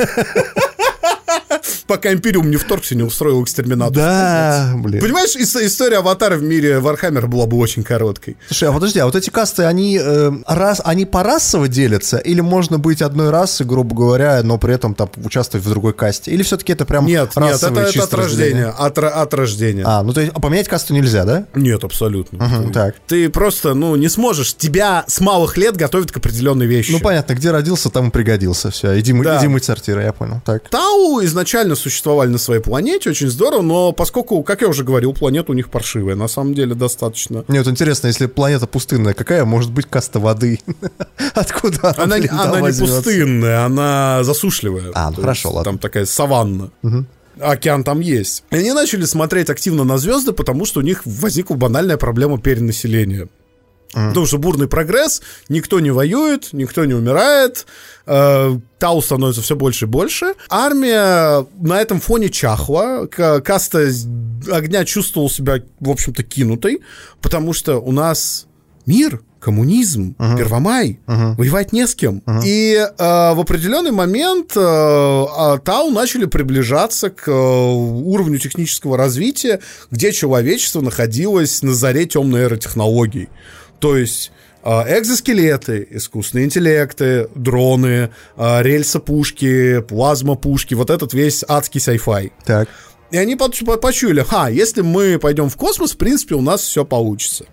Пока Империум не вторгся, не устроил экстерминатор. Да, блин. Понимаешь, история Аватара в мире Вархаммера была бы очень короткой. Слушай, а подожди, а вот эти касты, они, э, рас, они порасово делятся? Или можно быть одной расы, грубо говоря, но при этом там участвовать в другой касте? Или все-таки это прям нет, расовое нет, это, это от рождения, от, от рождения. А, ну то есть а поменять касту нельзя, да? Нет, абсолютно. Угу, ты, так. ты просто, ну, не сможешь. Тебя с малых лет готовят к определенной вещи. Ну, понятно, где родился, там и пригодился. Все, иди, да. иди мыть сортиры, я понял. Так. Тау изначально существовали на своей планете, очень здорово, но поскольку, как я уже говорил, планета у них паршивая, на самом деле достаточно. Мне вот интересно, если планета пустынная, какая может быть каста воды? Откуда она? Она, она не пустынная, она засушливая. А, ну хорошо, ладно. Там такая саванна. Угу. Океан там есть. И они начали смотреть активно на звезды, потому что у них возникла банальная проблема перенаселения. Mm. Потому что бурный прогресс, никто не воюет, никто не умирает, э, Тау становится все больше и больше. Армия на этом фоне чахла, каста огня чувствовала себя, в общем-то, кинутой, потому что у нас мир, коммунизм, uh-huh. Первомай, uh-huh. воевать не с кем. Uh-huh. И э, в определенный момент э, Тау начали приближаться к э, уровню технического развития, где человечество находилось на заре темной эры технологий. То есть э, экзоскелеты, искусственные интеллекты, дроны, э, рельсопушки, плазмопушки, вот этот весь адский sci-fi. Так. И они почуяли, ха, если мы пойдем в космос, в принципе, у нас все получится.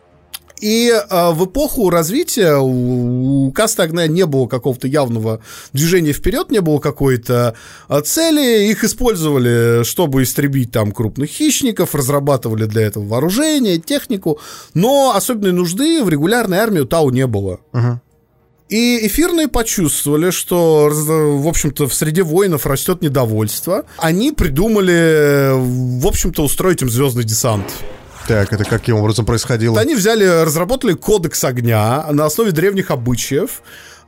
И э, в эпоху развития у, у касты огня не было какого-то явного движения вперед, не было какой-то э, цели. Их использовали, чтобы истребить там крупных хищников, разрабатывали для этого вооружение, технику. Но особенной нужды в регулярной армии у Тау не было. Uh-huh. И эфирные почувствовали, что, в общем-то, в среде воинов растет недовольство. Они придумали, в общем-то, устроить им звездный десант. Так, это каким образом происходило? Они взяли, разработали кодекс огня на основе древних обычаев,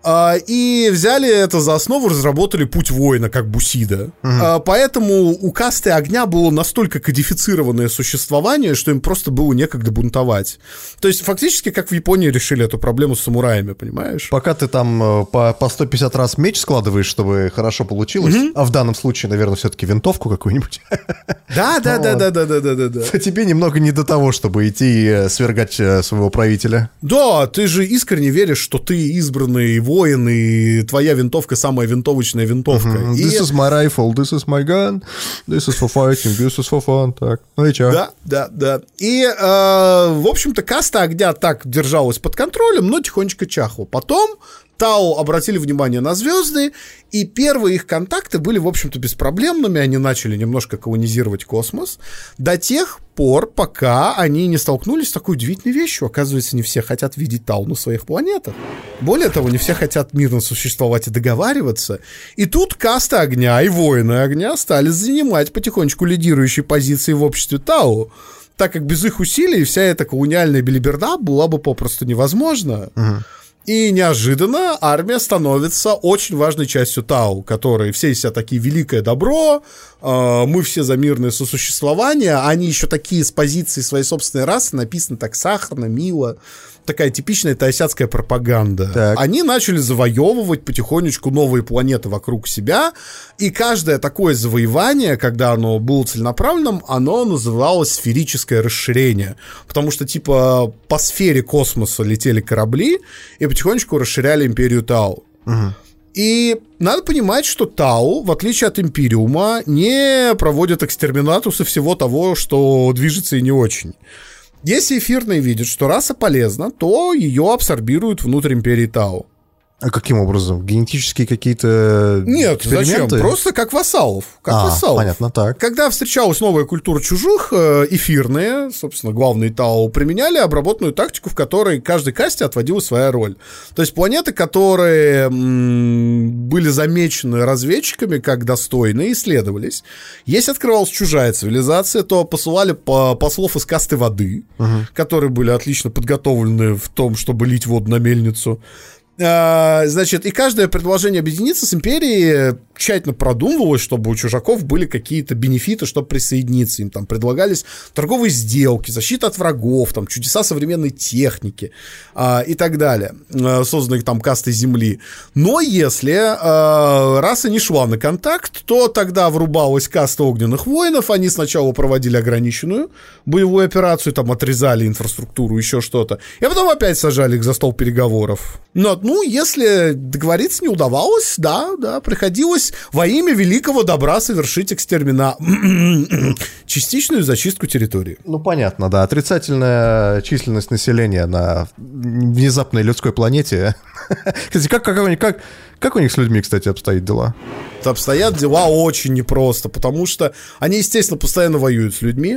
и взяли это за основу, разработали путь воина, как Бусида. Угу. Поэтому у касты огня было настолько кодифицированное существование, что им просто было некогда бунтовать. То есть фактически как в Японии решили эту проблему с самураями, понимаешь? Пока ты там по, по сто пятьдесят раз меч складываешь, чтобы хорошо получилось, угу. а в данном случае, наверное, все-таки винтовку какую-нибудь. Да, да, да, да, да, да, да, да. Тебе немного не до того, чтобы идти и свергать своего правителя. Да, ты же искренне веришь, что ты избранный воин, и твоя винтовка самая винтовочная винтовка. Uh-huh. И... This is my rifle, this is my gun, this is for fighting, this is for fun. Так, ну и чё? Да, да, да. И, э, в общем-то, каста огня так держалась под контролем, но тихонечко чахла. Потом Тау обратили внимание на звезды, и первые их контакты были, в общем-то, беспроблемными. Они начали немножко колонизировать космос до тех пор, пока они не столкнулись с такой удивительной вещью. Оказывается, не все хотят видеть Тау на своих планетах. Более того, не все хотят мирно существовать и договариваться. И тут каста огня и воины огня стали занимать потихонечку лидирующие позиции в обществе Тау, так как без их усилий вся эта колониальная белиберда была бы попросту невозможна. Uh-huh. И неожиданно армия становится очень важной частью Тау, которые все из себя такие великое добро, э, мы все за мирное сосуществование, они еще такие с позиции своей собственной расы, написаны так сахарно, мило, такая типичная таосяцкая пропаганда. Так. Они начали завоевывать потихонечку новые планеты вокруг себя, и каждое такое завоевание, когда оно было целенаправленным, оно называлось сферическое расширение, потому что типа по сфере космоса летели корабли и потихонечку расширяли империю Тау. Угу. И надо понимать, что Тау, в отличие от Империума, не проводят экстерминатусы всего того, что движется и не очень. Если эфирные видят, что раса полезна, то ее абсорбируют внутрь империи Тау. А каким образом? Генетические какие-то Нет, эксперименты? Зачем? Просто как вассалов. Как а, вассалов. Понятно, так. Когда встречалась новая культура чужих, эфирные, собственно, главные Тау, применяли обработанную тактику, в которой каждой касте отводилась своя роль. То есть планеты, которые м- были замечены разведчиками как достойные, исследовались. Если открывалась чужая цивилизация, то посылали по- послов из касты воды, угу. которые были отлично подготовлены в том, чтобы лить воду на мельницу. Значит, и каждое предложение объединиться с империей тщательно продумывалось, чтобы у чужаков были какие-то бенефиты, чтобы присоединиться. Им там предлагались торговые сделки, защита от врагов, там, чудеса современной техники а, и так далее, созданных там кастой земли. Но если а, раса не шла на контакт, то тогда врубалась каста огненных воинов. Они сначала проводили ограниченную боевую операцию, там отрезали инфраструктуру, еще что-то, и потом опять сажали их за стол переговоров. Но, ну, если договориться не удавалось, да, да, приходилось во имя великого добра совершить экстермина... частичную зачистку территории. Ну, понятно, да. Отрицательная численность населения на внезапной людской планете. Кстати, как, как, как, как, как у них с людьми, кстати, обстоят дела? Обстоят дела очень непросто, потому что они, естественно, постоянно воюют с людьми,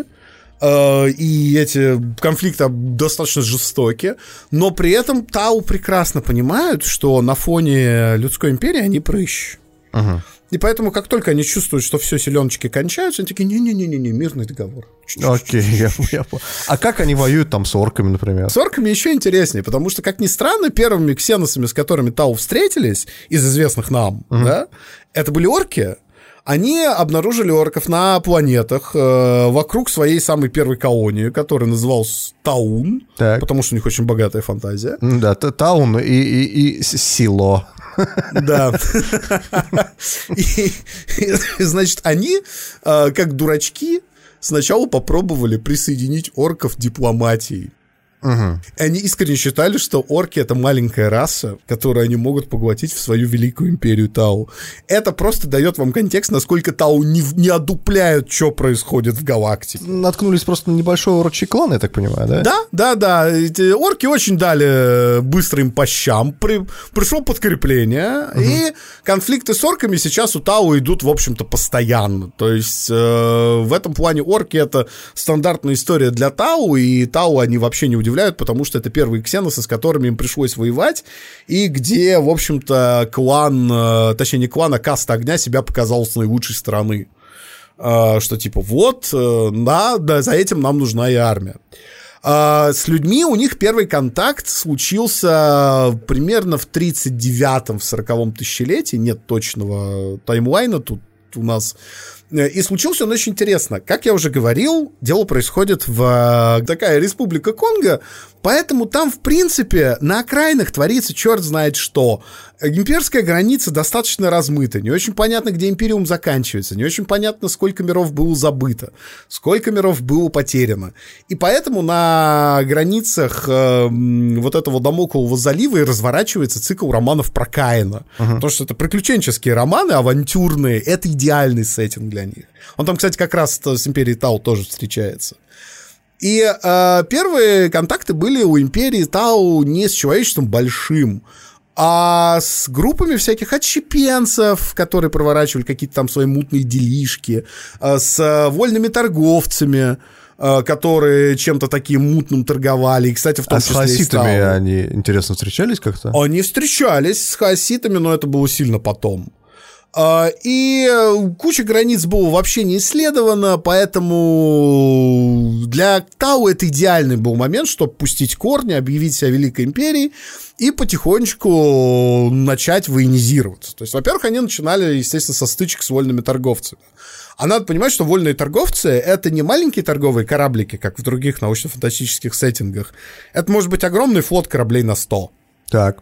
и эти конфликты достаточно жестоки, но при этом Тау прекрасно понимают, что на фоне людской империи они прыщ. Uh-huh. И поэтому, как только они чувствуют, что все, селеночки кончаются, они такие, не-не-не-не, мирный договор. Окей, okay, я понял. А как они воюют там с орками, например? С орками еще интереснее, потому что, как ни странно, первыми ксеносами, с которыми Тау встретились, из известных нам, uh-huh. да, это были орки. они обнаружили орков на планетах э, вокруг своей самой первой колонии, которая называлась Таун, так. потому что у них очень богатая фантазия. Да, Таун и, и, и Сило. Да. И, и, значит, они, э, как дурачки, сначала попробовали присоединить орков дипломатией. Угу. Они искренне считали, что орки — это маленькая раса, которую они могут поглотить в свою великую империю Тау. Это просто дает вам контекст, насколько Тау не, не одупляют, что происходит в галактике. Наткнулись просто на небольшой орчий клан, я так понимаю, да? Да, да, да. Эти орки очень дали быстрым по щам. При, пришло подкрепление, угу. и конфликты с орками сейчас у Тау идут, в общем-то, постоянно. То есть э, в этом плане орки — это стандартная история для Тау, и Тау они вообще не удивляют, потому что это первые ксеносы, с которыми им пришлось воевать, и где, в общем-то, клан, точнее, не клан, а каста огня себя показал с наилучшей стороны. Что типа, вот, да, да, за этим нам нужна и армия. С людьми у них первый контакт случился примерно в тридцать девятом, в сороковом тысячелетии, нет точного таймлайна тут у нас. И случился он очень интересно. Как я уже говорил, дело происходит в такая республика Конго, поэтому там, в принципе, на окраинах творится черт знает что. Имперская граница достаточно размыта, не очень понятно, где империум заканчивается, не очень понятно, сколько миров было забыто, сколько миров было потеряно. И поэтому на границах э, вот этого Дамоклового залива и разворачивается цикл романов про Каина. Uh-huh. Потому что это приключенческие романы, авантюрные, это идеальный сеттинг для них. Он там, кстати, как раз с Империей Тау тоже встречается. И э, первые контакты были у Империи Тау не с человечеством большим, а с группами всяких отщепенцев, которые проворачивали какие-то там свои мутные делишки, э, с вольными торговцами, э, которые чем-то таким мутным торговали. И, кстати, в том а числе с хаоситами они, интересно, встречались как-то? Они встречались с хаоситами, но это было сильно потом. И куча границ было вообще не исследовано, поэтому для Тау это идеальный был момент, чтобы пустить корни, объявить себя Великой Империей и потихонечку начать военизироваться. То есть, во-первых, они начинали, естественно, со стычек с вольными торговцами. А надо понимать, что вольные торговцы — это не маленькие торговые кораблики, как в других научно-фантастических сеттингах. Это может быть огромный флот кораблей на сто. Так.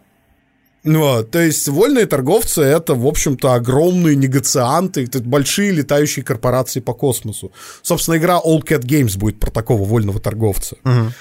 Вот, то есть вольные торговцы — это, в общем-то, огромные негацианты, это большие летающие корпорации по космосу. Собственно, игра All Cat Games будет про такого вольного торговца. Uh-huh.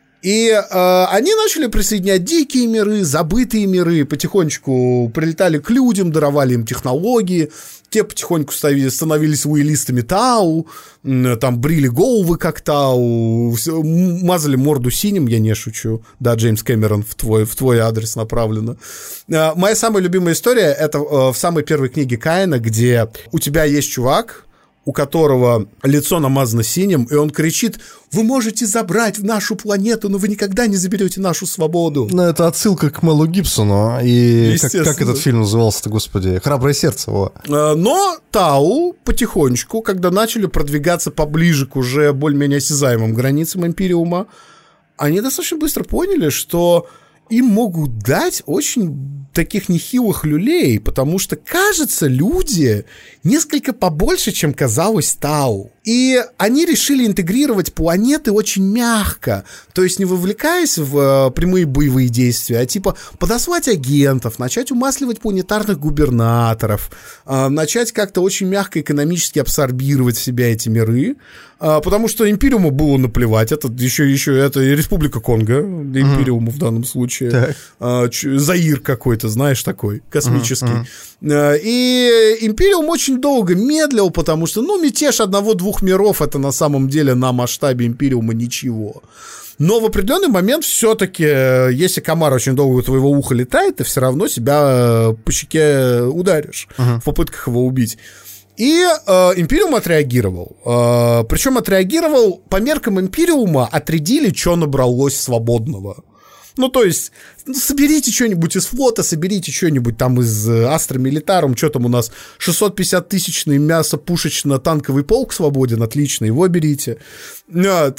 И э, они начали присоединять дикие миры, забытые миры, потихонечку прилетали к людям, даровали им технологии, те потихоньку становились лоялистами Тау, там брили головы как Тау, мазали морду синим, я не шучу, да, Джеймс Кэмерон, в твой, в твой адрес направлено. Моя самая любимая история — это в самой первой книге Каина, где у тебя есть чувак, у которого лицо намазано синим, и он кричит: «Вы можете забрать нашу планету, но вы никогда не заберете нашу свободу». Ну, это отсылка к Мелу Гибсону. И как, как этот фильм назывался-то, господи? «Храброе сердце». Во. Но Тау потихонечку, когда начали продвигаться поближе к уже более-менее осязаемым границам Империума, они достаточно быстро поняли, что им могут дать очень таких нехилых люлей, потому что, кажется, люди несколько побольше, чем казалось Тау. И они решили интегрировать планеты очень мягко, то есть не вовлекаясь в прямые боевые действия, а типа подослать агентов, начать умасливать планетарных губернаторов, начать как-то очень мягко экономически абсорбировать в себя эти миры, потому что Империуму было наплевать, это еще, еще это Республика Конго, Империуму mm-hmm. в данном случае, uh, Заир какой-то, знаешь, такой, космический. Uh-huh. И Империум очень долго медлил, потому что, ну, мятеж одного-двух миров — это на самом деле на масштабе Империума ничего. Но в определенный момент все-таки, если комар очень долго у твоего уха летает, ты все равно себя по щеке ударишь uh-huh. в попытках его убить. И э, Империум отреагировал. Э, причем отреагировал по меркам Империума, отрядили, что набралось свободного. Ну, то есть, ну, соберите что-нибудь из флота, соберите что-нибудь там из Астра Милитарум, что там у нас, шестьсот пятьдесят тысячный мясо-пушечно-танковый полк свободен, отлично, его берите. Вот.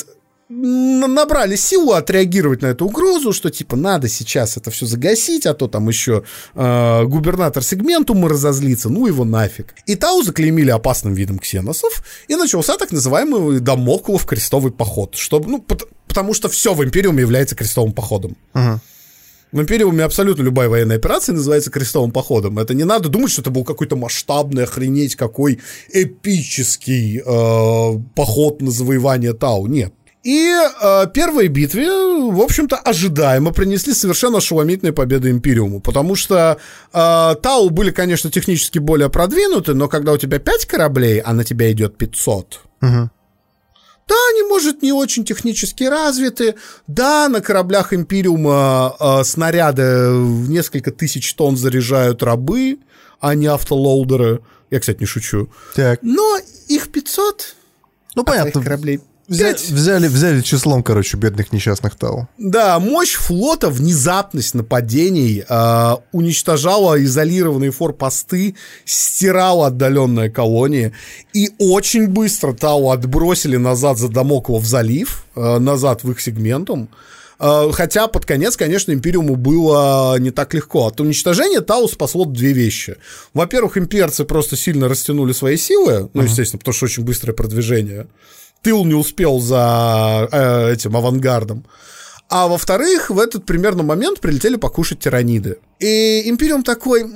набрали силу отреагировать на эту угрозу, что типа надо сейчас это все загасить, а то там еще э, губернатор Сегментума разозлится, ну его нафиг. И Тау заклеймили опасным видом ксеносов, и начался так называемый Дамоклов крестовый поход, чтобы, ну, потому что все в Империуме является крестовым походом. Uh-huh. В Империуме абсолютно любая военная операция называется крестовым походом. Это не надо думать, что это был какой-то масштабный, охренеть, какой эпический э, поход на завоевание Тау. Нет. И э, первые битвы, в общем-то, ожидаемо принесли совершенно ошеломительные победы Империуму, потому что э, Тау были, конечно, технически более продвинуты, но когда у тебя пять кораблей, а на тебя идет пятьсот, угу. Да, они, может, не очень технически развиты, да, на кораблях Империума э, снаряды в несколько тысяч тонн заряжают рабы, а не автолоудеры, я, кстати, не шучу, так. Но их пятьсот, ну, а понятно. кораблей... Взяли, взяли, взяли числом, короче, бедных несчастных Тау. Да, мощь флота, внезапность нападений э, уничтожала изолированные форпосты, стирала отдаленные колонии, и очень быстро Тау отбросили назад за Дамоклов залив, э, назад в их сегментум. Э, хотя под конец, конечно, Империуму было не так легко. От уничтожения Тау спасло две вещи. Во-первых, имперцы просто сильно растянули свои силы, ну, uh-huh. естественно, потому что очень быстрое продвижение. Тыл не успел за э, этим авангардом. А во-вторых, в этот примерно момент прилетели покушать тираниды. И Империум такой,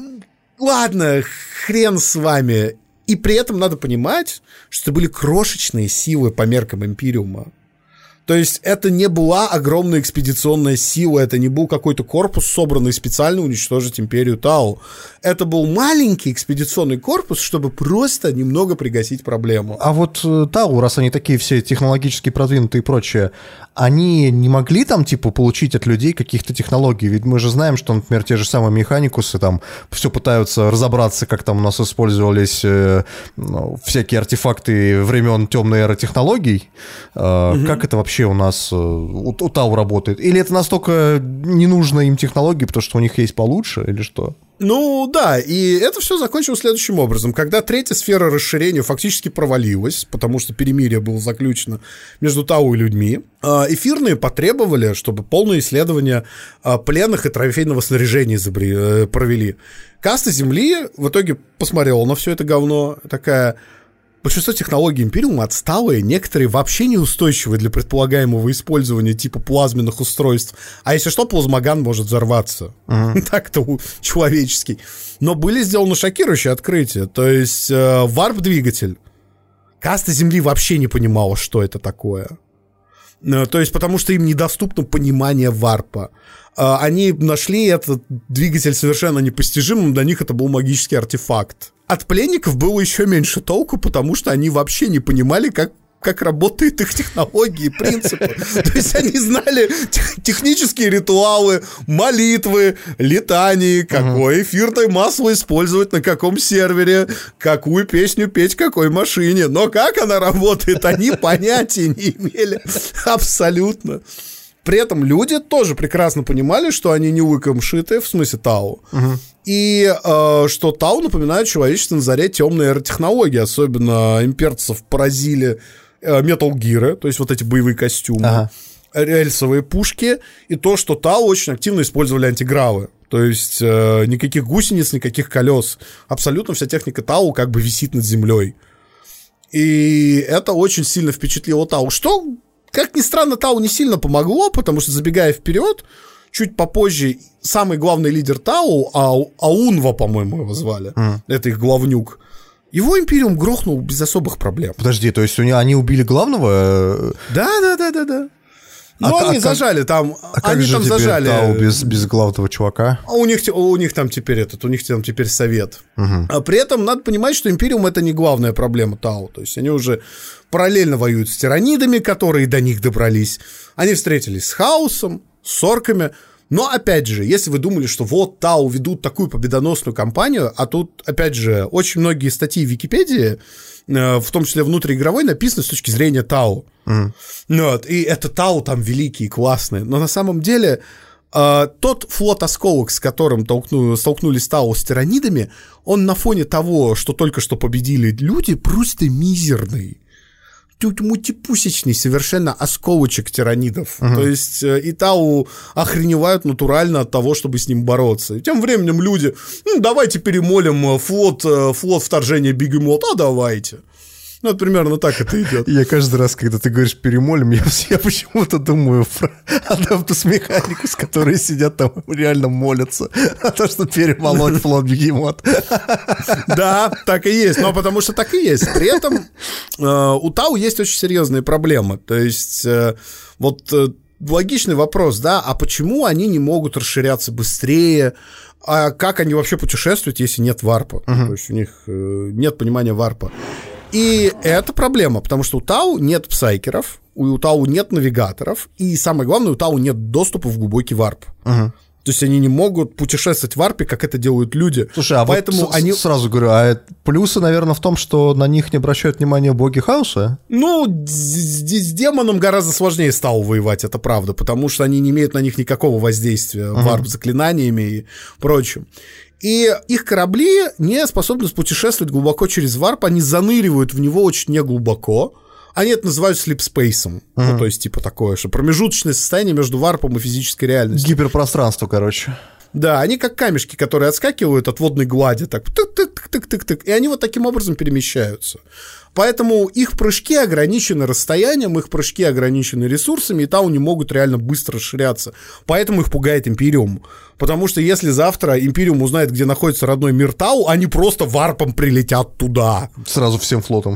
ладно, хрен с вами. И при этом надо понимать, что это были крошечные силы по меркам Империума. То есть это не была огромная экспедиционная сила, это не был какой-то корпус, собранный специально уничтожить Империю Тау. Это был маленький экспедиционный корпус, чтобы просто немного пригасить проблему. А вот Тау, раз они такие все технологически продвинутые и прочее, они не могли там, типа, получить от людей каких-то технологий? Ведь мы же знаем, что, например, те же самые механикусы там все пытаются разобраться, как там у нас использовались э, ну, всякие артефакты времен темной эры технологий. Э, угу. Как это вообще у нас, у, у Тау работает? Или это настолько не нужно им технологии, потому что у них есть получше, или что? Ну, да, и это все закончилось следующим образом. Когда третья сфера расширения фактически провалилась, потому что перемирие было заключено между Тау и людьми, эфирные потребовали, чтобы полное исследование пленных и трофейного снаряжения провели. Каста Земли в итоге посмотрела на все это говно, такая... Большинство технологий Империума отсталые, некоторые вообще неустойчивые для предполагаемого использования типа плазменных устройств. А если что, плазмоган может взорваться. Uh-huh. Так-то человеческий. Но были сделаны шокирующие открытия. То есть э, варп-двигатель. Каста Земли вообще не понимала, что это такое. Э, то есть потому что им недоступно понимание варпа. Э, они нашли этот двигатель совершенно непостижимым, для них это был магический артефакт. От пленников было еще меньше толку, потому что они вообще не понимали, как, как работают их технологии и принципы. То есть они знали технические ритуалы, молитвы, летании, какое эфирное масло использовать на каком сервере, какую песню петь какой машине. Но как она работает, они понятия не имели абсолютно. При этом люди тоже прекрасно понимали, что они не лыком шиты, в смысле Тау, угу. и э, что Тау напоминает человечество на заре темной эры технологий, особенно имперцев поразили э, Metal Gear, то есть вот эти боевые костюмы, ага. рельсовые пушки, и то, что Тау очень активно использовали антигравы. То есть э, никаких гусениц, никаких колес. Абсолютно вся техника Тау как бы висит над землей. И это очень сильно впечатлило Тау. Что... Как ни странно, Тау не сильно помогло, потому что, забегая вперед, чуть попозже самый главный лидер Тау, Ау, Аунва, по-моему, его звали, mm. это их главнюк, его Империум грохнул без особых проблем. Подожди, то есть у них, они убили главного? Да-да-да-да-да. Ну, а, они а зажали как, там, а они как там же зажали. Тау без, без главного чувака? А у них, у них там теперь этот, у них там теперь совет. Угу. А при этом надо понимать, что Империум это не главная проблема Тау. То есть они уже параллельно воюют с тиранидами, которые до них добрались. Они встретились с Хаосом, с орками. Но, опять же, если вы думали, что вот Тау ведут такую победоносную кампанию, а тут, опять же, очень многие статьи в Википедии, в том числе внутриигровой, написаны с точки зрения Тау. Mm. Вот, и это Тау там великий, классный. Но на самом деле э, тот флот осколок, с которым толкну, столкнулись Тау с тиранидами, он на фоне того, что только что победили люди, просто мизерный. мультипусечный совершенно осколочек тиранидов. Uh-huh. То есть и Тау охреневают натурально от того, чтобы с ним бороться. И тем временем люди, ну, давайте перемолим флот, флот вторжения Бегемот, а давайте. Ну, вот примерно так это идет. Я каждый раз, когда ты говоришь «перемолим», я, я почему-то думаю про Адептус Механикус, которые сидят там реально молятся о том, что перемолоть флот Бегемот. Да, так и есть. Но потому что так и есть. При этом э, у Тау есть очень серьезные проблемы. То есть э, вот э, логичный вопрос, да, а почему они не могут расширяться быстрее? А как они вообще путешествуют, если нет варпа? Uh-huh. То есть у них э, нет понимания варпа. И это проблема, потому что у Тау нет псайкеров, у Тау нет навигаторов, и самое главное, у Тау нет доступа в глубокий варп. Uh-huh. То есть они не могут путешествовать в варпе, как это делают люди. Слушай, а поэтому вот они... сразу говорю, а плюсы, наверное, в том, что на них не обращают внимания боги хаоса? Ну, с, с демоном гораздо сложнее стало воевать, это правда, потому что они не имеют на них никакого воздействия uh-huh. варп-заклинаниями и прочим. И их корабли не способны путешествовать глубоко через варп, они заныривают в него очень неглубоко. Они это называют слипспейсом. Uh-huh. Ну, то есть, типа такое, что промежуточное состояние между варпом и физической реальностью. Гиперпространство, короче. Да, они как камешки, которые отскакивают от водной глади, так тык-тык-тык-тык-тык, и они вот таким образом перемещаются. Поэтому их прыжки ограничены расстоянием, их прыжки ограничены ресурсами, и Тау не могут реально быстро расширяться. Поэтому их пугает Империум. Потому что если завтра Империум узнает, где находится родной мир Тау, они просто варпом прилетят туда. Сразу всем флотом.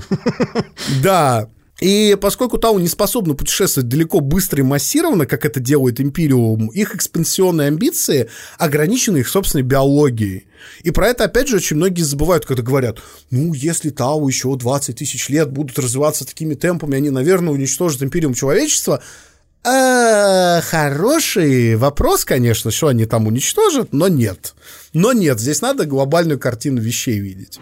Да. И поскольку Тау не способны путешествовать далеко, быстро и массированно, как это делает Империум, их экспансионные амбиции ограничены их собственной биологией. И про это, опять же, очень многие забывают, когда говорят, ну, если Тау еще двадцать тысяч лет будут развиваться такими темпами, они, наверное, уничтожат Империум человечества. А, хороший вопрос, конечно, что они там уничтожат, но нет. Но нет, здесь надо глобальную картину вещей видеть.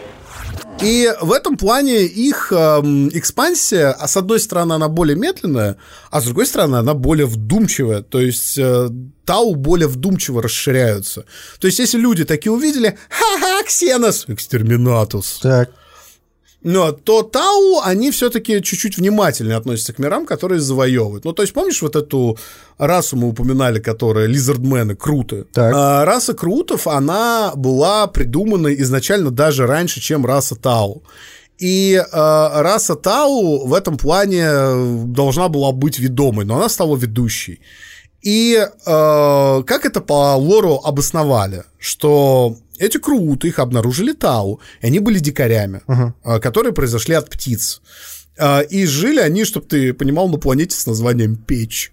И в этом плане их э, экспансия, а с одной стороны, она более медленная, а с другой стороны, она более вдумчивая. То есть э, Тау более вдумчиво расширяются. То есть если люди такие увидели, ха-ха, Ксенос, экстерминатус. Так. Но то Тау, они все-таки чуть-чуть внимательнее относятся к мирам, которые завоевывают. Ну, то есть, помнишь вот эту расу мы упоминали, которая лизардмены, круты? А, раса крутов, она была придумана изначально даже раньше, чем раса Тау. И э, раса Тау в этом плане должна была быть ведомой, но она стала ведущей. И э, как это по лору обосновали? Что эти круты, их обнаружили Тау, и они были дикарями, uh-huh. которые произошли от птиц. И жили они, чтобы ты понимал, на планете с названием Печь.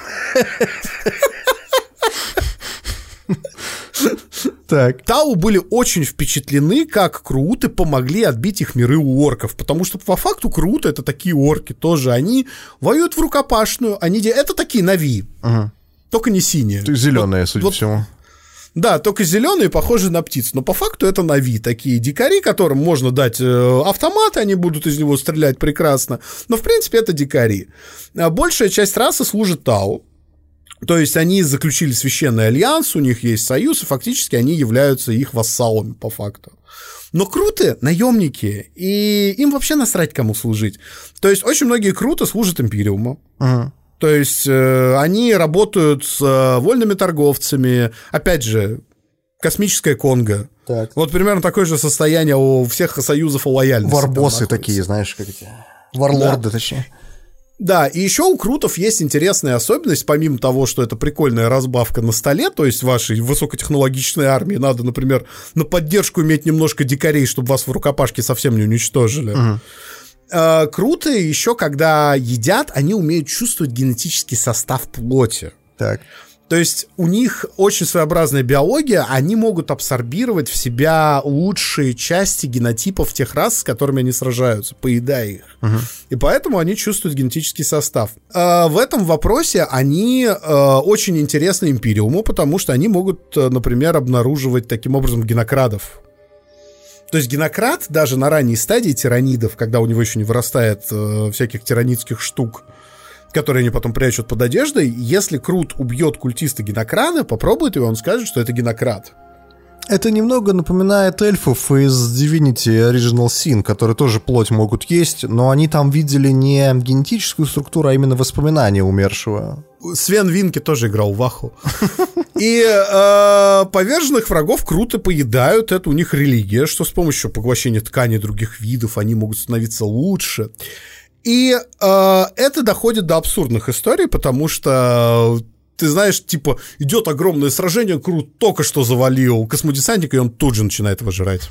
Так. Тау были очень впечатлены, как круты помогли отбить их миры у орков, потому что по факту круты — это такие орки тоже, они воюют в рукопашную, они... это такие нави, uh-huh. только не синие. Зеленые, вот, судя вот, по всему. Да, только зеленые, похожи на птиц. Но по факту это нави, такие дикари, которым можно дать э, автомат, они будут из него стрелять прекрасно. Но, в принципе, это дикари. Большая часть расы служит Тау. То есть они заключили священный альянс, у них есть союз, и фактически они являются их вассалами по факту. Но круты — наемники, и им вообще насрать, кому служить. То есть очень многие круты служат Империуму. Uh-huh. То есть э, они работают с э, вольными торговцами, опять же, космическая Конго. Так. Вот примерно такое же состояние у всех союзов о лояльности. Варбосы такие, знаешь, как эти. Варлорды, да. точнее. Да, и еще у крутов есть интересная особенность, помимо того, что это прикольная разбавка на столе, то есть вашей высокотехнологичной армии надо, например, на поддержку иметь немножко дикарей, чтобы вас в рукопашке совсем не уничтожили. Угу. Круто еще, когда едят, они умеют чувствовать генетический состав плоти. Так. То есть у них очень своеобразная биология, они могут абсорбировать в себя лучшие части генотипов тех рас, с которыми они сражаются, поедая их. Uh-huh. И поэтому они чувствуют генетический состав. В этом вопросе они очень интересны Империуму, потому что они могут, например, обнаруживать таким образом генокрадов. То есть генокрад даже на ранней стадии тиранидов, когда у него еще не вырастает э, всяких тиранидских штук, которые они потом прячут под одеждой, если крут убьет культиста генокрада, попробует его, он скажет, что это генокрад. Это немного напоминает эльфов из Divinity Original Sin, которые тоже плоть могут есть, но они там видели не генетическую структуру, а именно воспоминания умершего. Свен Винки тоже играл в Аху. И э, поверженных врагов круто поедают. Это у них религия, что с помощью поглощения тканей других видов они могут становиться лучше. И э, это доходит до абсурдных историй, потому что... Ты знаешь, типа, идет огромное сражение, Крут только что завалил космодесантника, и он тут же начинает его жрать.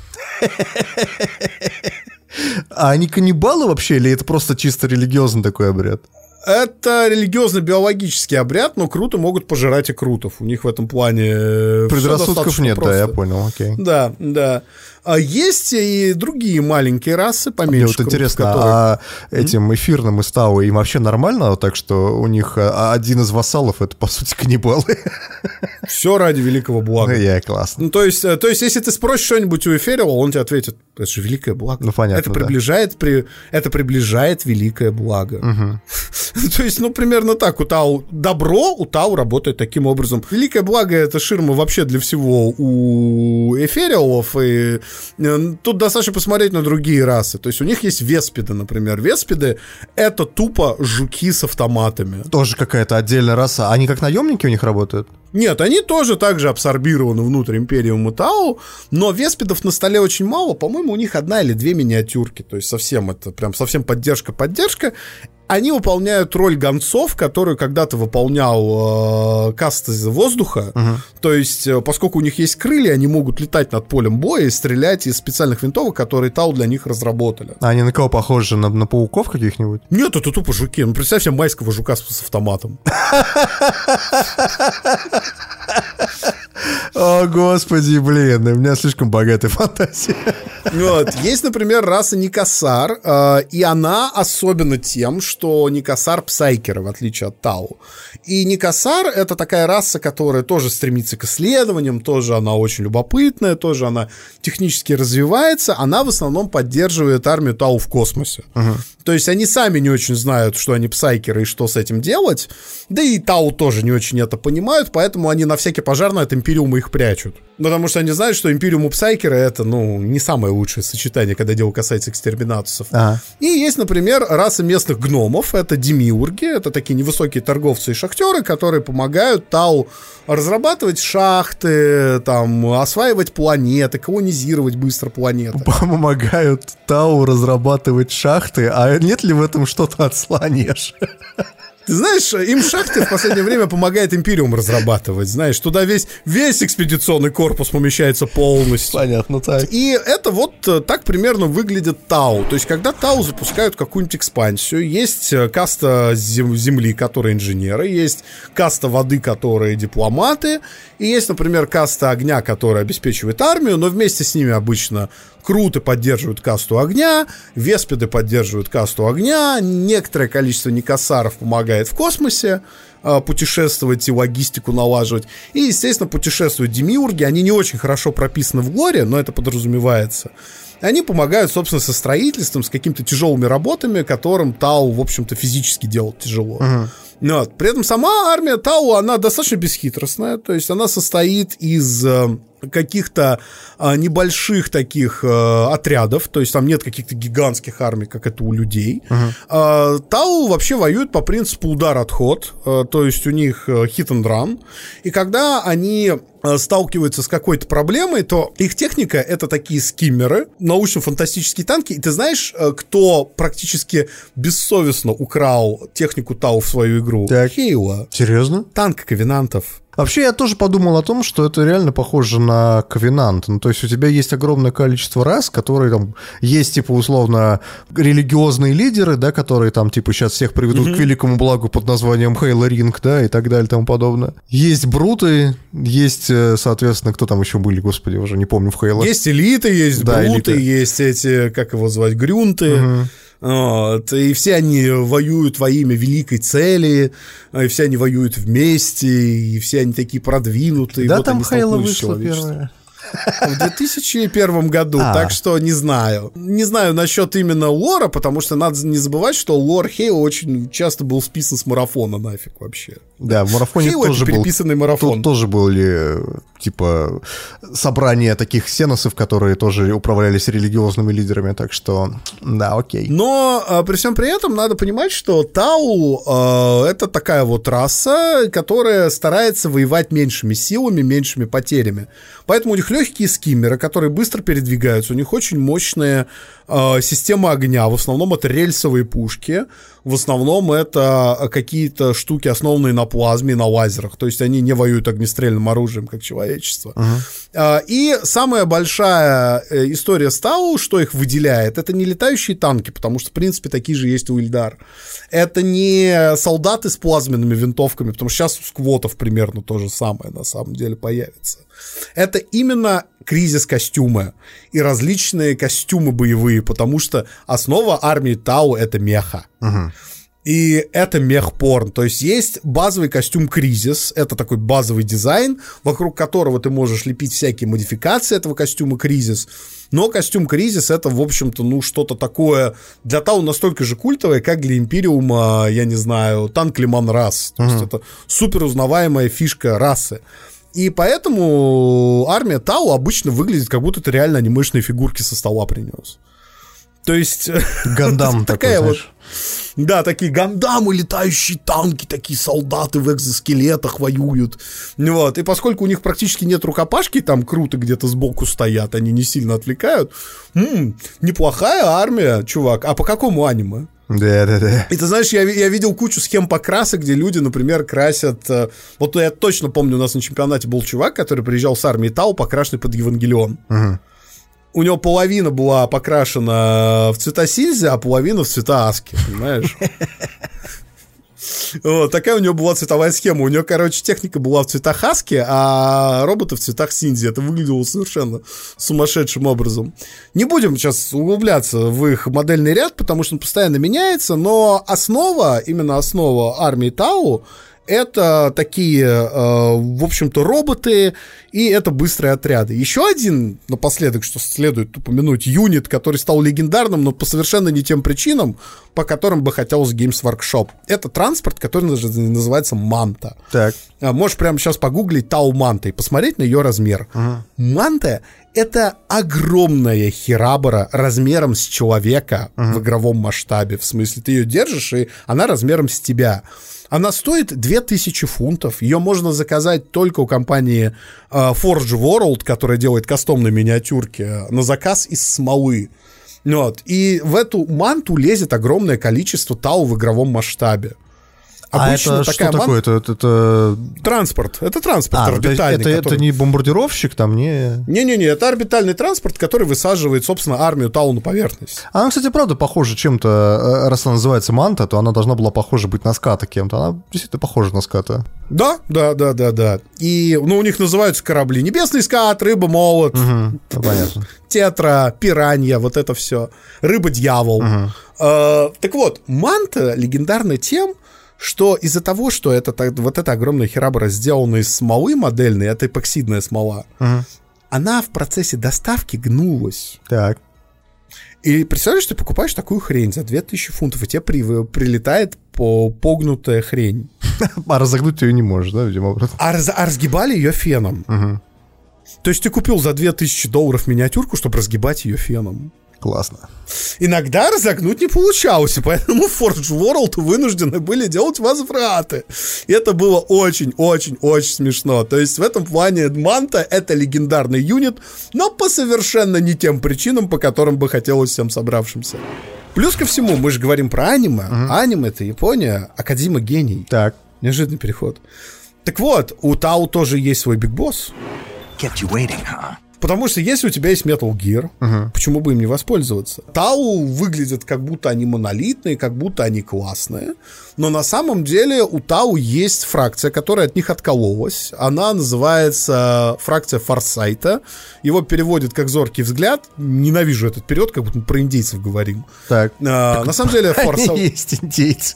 А они каннибалы вообще, или это просто чисто религиозный такой обряд? Это религиозно-биологический обряд, но круты могут пожирать и крутов. У них в этом плане... Предрассудков нет, просто. Да, я понял, окей. Да, да. А есть и другие маленькие расы, поменьше. Мне вот крутов, интересно, которые... а этим эфирным из Тау им вообще нормально? Так что у них один из вассалов — это, по сути, каннибалы. Все ради великого блага. Я, классно. Ну, то есть, то есть, если ты спросишь что-нибудь у Эфириала, он тебе ответит: это же великое благо. Ну, понятно, это приближает, да. при... это приближает великое благо. Угу. То есть, ну, примерно так. У Тау добро, у Тау работает таким образом. Великое благо — это ширма вообще для всего у Эфириалов, и тут достаточно посмотреть на другие расы. То есть у них есть веспиды, например. Веспиды — это тупо жуки с автоматами. Тоже какая-то отдельная раса. Они как наемники у них работают? Нет, они тоже также абсорбированы внутрь Империума Тау, но веспидов на столе очень мало. По-моему, у них одна или две миниатюрки. То есть совсем это прям совсем поддержка-поддержка. Они выполняют роль гонцов, которую когда-то выполнял э, каст из воздуха. Uh-huh. То есть, э, поскольку у них есть крылья, они могут летать над полем боя и стрелять из специальных винтовок, которые Тау для них разработали. А они на кого похожи? На, на пауков каких-нибудь? Нет, это тупо жуки. Ну, представь себе майского жука с, с автоматом. О, господи, блин, у меня слишком богатая фантазия. Вот. Есть, например, раса Никасар, э, и она особенно тем, что Никасар псайкеры, в отличие от Тау. И Никасар — это такая раса, которая тоже стремится к исследованиям, тоже она очень любопытная, тоже она технически развивается, она в основном поддерживает армию Тау в космосе. Uh-huh. То есть они сами не очень знают, что они псайкеры и что с этим делать, да и Тау тоже не очень это понимают, поэтому они на всякий пожар от Империума их прячут. Потому что они знают, что Империум и псайкеры — это, ну, не самое лучшее сочетание, когда дело касается экстерминатусов. А. И есть, например, раса местных гномов, это демиурги, это такие невысокие торговцы и шахтеры, которые помогают Тау разрабатывать шахты, там, осваивать планеты, колонизировать быстро планеты. Помогают Тау разрабатывать шахты, а нет ли в этом что-то от Сланеж? Ты знаешь, им шахты в последнее время помогает Империум разрабатывать, знаешь, туда весь, весь экспедиционный корпус помещается полностью. Понятно, так. И это вот так примерно выглядит Тау. То есть, когда Тау запускают какую-нибудь экспансию, есть каста земли, которые инженеры, есть каста воды, которые дипломаты, и есть, например, каста огня, которая обеспечивает армию, но вместе с ними обычно Круты поддерживают касту огня, веспиды поддерживают касту огня, некоторое количество никасаров помогает в космосе э, путешествовать и логистику налаживать. И, естественно, путешествуют демиурги. Они не очень хорошо прописаны в лоре, но это подразумевается. Они помогают, собственно, со строительством, с какими-то тяжелыми работами, которым Тау, в общем-то, физически делать тяжело. Uh-huh. Вот. При этом сама армия Тау, она достаточно бесхитростная, то есть она состоит из э, каких-то э, небольших таких э, отрядов, то есть там нет каких-то гигантских армий, как это у людей. Uh-huh. Э, Тау вообще воюют по принципу удар-отход, э, то есть у них э, hit and run, и когда они э, сталкиваются с какой-то проблемой, то их техника — это такие скиммеры, научно-фантастические танки, и ты знаешь, э, кто практически бессовестно украл технику Тау в свою игру? Так. Хейла. Серьезно? Танк ковенантов. Вообще, я тоже подумал о том, что это реально похоже на ковенант. Ну, то есть у тебя есть огромное количество рас, которые там... Есть, типа, условно, религиозные лидеры, да, которые там, типа, сейчас всех приведут mm-hmm. к великому благу под названием Хейла Ринг, да, и так далее, и тому подобное. Есть бруты, есть, соответственно, кто там еще были, господи, уже не помню в Хейла. Есть элиты, есть да, бруты, элиты. Есть эти, как его звать, грюнты. Mm-hmm. Вот, и все они воюют во имя великой цели, и все они воюют вместе, и все они такие продвинутые. Да, вот там Хейла вышла первая. В две тысячи первом году, а. так что не знаю. Не знаю насчет именно лора, потому что надо не забывать, что лор Хейла очень часто был списан с марафона нафиг вообще. Да, в марафоне Хейл тоже это был, переписанный марафон. Тут тоже были, типа, собрания таких ксеносов, которые тоже управлялись религиозными лидерами, так что, да, окей. Но а, при всем при этом надо понимать, что Тау а, это такая вот раса, которая старается воевать меньшими силами, меньшими потерями. Поэтому у них легкие скиммеры, которые быстро передвигаются, у них очень мощная а, система огня, в основном это рельсовые пушки, в основном это какие-то штуки, основанные на плазме, на лазерах, то есть они не воюют огнестрельным оружием, как человечество. Uh-huh. А, и самая большая история с Тау, что их выделяет, это не летающие танки, потому что, в принципе, такие же есть у Ильдар. Это не солдаты с плазменными винтовками, потому что сейчас у сквотов примерно то же самое на самом деле появится. Это именно кризис-костюмы и различные костюмы боевые, потому что основа армии Тау — это меха. Uh-huh. И это мех-порн, то есть есть базовый костюм Кризис, это такой базовый дизайн, вокруг которого ты можешь лепить всякие модификации этого костюма Кризис, но костюм Кризис это, в общем-то, ну, что-то такое для Тау настолько же культовое, как для Империума, я не знаю, танк Лиман Рас, то uh-huh. есть это супер узнаваемая фишка расы. И поэтому армия Тау обычно выглядит, как будто это реально анимешные фигурки со стола принес. То есть... Гандам такой, знаешь. Вот, да, такие гандамы, летающие танки, такие солдаты в экзоскелетах воюют. Вот. И поскольку у них практически нет рукопашки, там круто где-то сбоку стоят, они не сильно отвлекают. М-м, неплохая армия, чувак. А по какому аниме? Да, да, да. И ты знаешь, я, я видел кучу схем покрасок, где люди, например, красят... Вот я точно помню, у нас на чемпионате был чувак, который приезжал с армией Тау, покрашенный под Евангелион. Угу. У него половина была покрашена в цвета Сильзы, а половина в цвета Аски, понимаешь? Вот, такая у него была цветовая схема. У него, короче, техника была в цветах Аски, а роботы в цветах Синзи. Это выглядело совершенно сумасшедшим образом. Не будем сейчас углубляться в их модельный ряд, потому что он постоянно меняется, но основа, именно основа армии Тау, это такие, э, в общем-то, роботы, и это быстрые отряды. Еще один, напоследок, что следует упомянуть, юнит, который стал легендарным, но по совершенно не тем причинам, по которым бы хотелось Games Workshop. Это транспорт, который называется Манта. Так. Можешь прямо сейчас погуглить Тау Манта и посмотреть на ее размер. Uh-huh. Манта — это огромная херабора размером с человека uh-huh. в игровом масштабе. В смысле, ты ее держишь, и она размером с тебя. Она стоит две тысячи фунтов. Ее можно заказать только у компании uh, Forge World, которая делает кастомные миниатюрки, на заказ из смолы. Вот. И в эту манту лезет огромное количество Тау в игровом масштабе. Обычно а это такая что ман... такое? Это, это, это... Транспорт. Это транспорт а, орбитальный. Это, который... это не бомбардировщик, там не... Не-не-не, это орбитальный транспорт, который высаживает, собственно, армию Тау на поверхность. Она, кстати, правда похожа чем-то. Раз она называется Манта, то она должна была похожа быть на ската кем-то. Она действительно похожа на ската. Да, да, да, да, да. И, ну, у них называются корабли. Небесный скат, рыба, молот. Угу, понятно. Тетра, пиранья, вот это все. Рыба-дьявол. Угу. А, так вот, Манта легендарна тем, что из-за того, что это, вот эта огромная херабра сделана из смолы модельной, это эпоксидная смола, uh-huh. она в процессе доставки гнулась. Так. И представляешь, ты покупаешь такую хрень за две тысячи фунтов, и тебе при, прилетает по, погнутая хрень. А разогнуть ты ее не можешь, да, видимо? А, раз, а разгибали ее феном. Uh-huh. То есть ты купил за две тысячи долларов миниатюрку, чтобы разгибать ее феном. Классно. Иногда разогнуть не получалось, и поэтому Forge World вынуждены были делать возвраты. И это было очень-очень-очень смешно. То есть в этом плане Манта — это легендарный юнит, но по совершенно не тем причинам, по которым бы хотелось всем собравшимся. Плюс ко всему, мы же говорим про аниме. Uh-huh. Аниме — это Япония, а Кодзима — гений. Так. Неожиданный переход. Так вот, у Тау тоже есть свой бигбосс. Kept you waiting, huh? Потому что если у тебя есть Metal Gear, uh-huh. почему бы им не воспользоваться? Тау выглядят как будто они монолитные, как будто они классные, но на самом деле у Тау есть фракция, которая от них откололась. Она называется фракция Форсайта. Его переводят как «зоркий взгляд». Ненавижу этот перевод, как будто мы про индейцев говорим. Так. А, так на самом деле Форсайт... есть индейцы.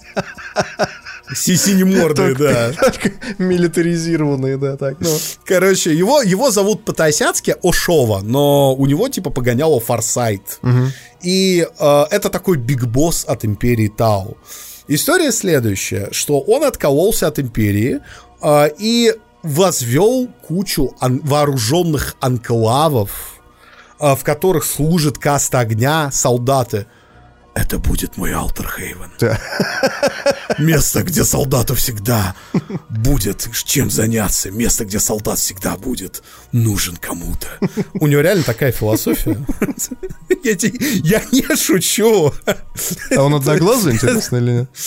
Синемордые, да. Милитаризированные, да, так. Ну. Короче, его, его зовут по-тайсяцки Ошова, но у него типа погоняло Форсайт. Угу. И э, это такой бигбосс от империи Тау. История следующая, что он откололся от империи э, и возвел кучу ан- вооруженных анклавов, э, в которых служит каста огня, солдаты. Это будет мой Алтерхейвен. Да. Место, где солдату всегда будет чем заняться. Место, где солдат всегда будет нужен кому-то. У него реально такая философия. Я, те, я не шучу. А он одноглазый, интересно, или нет?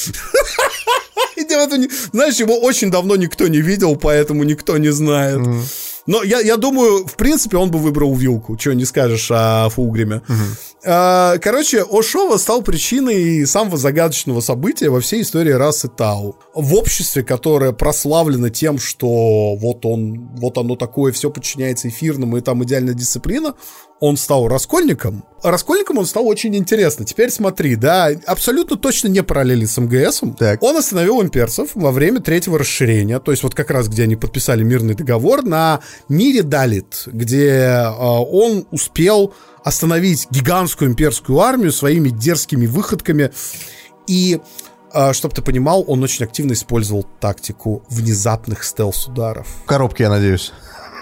Знаешь, его очень давно никто не видел, поэтому никто не знает. Mm. Но я, я думаю, в принципе, он бы выбрал вилку. Чего не скажешь о Фулгриме. Mm-hmm. а, Короче, Ошова стал причиной самого загадочного события во всей истории расы Тау. В обществе, которое прославлено тем, что вот он, вот оно такое, все подчиняется эфирному, и там идеальная дисциплина, он стал раскольником. Раскольником он стал очень интересно. Теперь смотри, да, абсолютно точно не параллели с МГСом. Так. Он остановил имперцев во время третьего расширения, то есть вот как раз, где они подписали мирный договор, на мире Далит, где э, он успел остановить гигантскую имперскую армию своими дерзкими выходками. И, э, чтобы ты понимал, он очень активно использовал тактику внезапных стелс-ударов. В коробке, я надеюсь.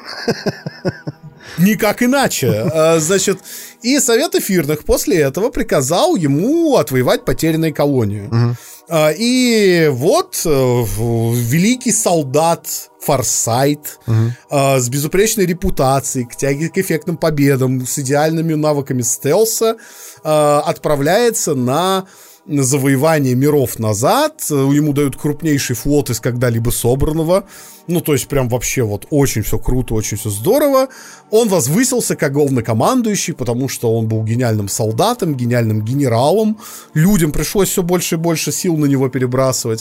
Никак иначе. Значит, и Совет Эфирных после этого приказал ему отвоевать потерянные колонии. Угу. И вот великий солдат Форсайт угу. с безупречной репутацией, к тяге к эффектным победам, с идеальными навыками стелса отправляется на завоевание миров назад. Ему дают крупнейший флот из когда-либо собранного. Ну, то есть прям вообще вот очень все круто, очень все здорово. Он возвысился как главнокомандующий, потому что он был гениальным солдатом, гениальным генералом. Людям пришлось все больше и больше сил на него перебрасывать.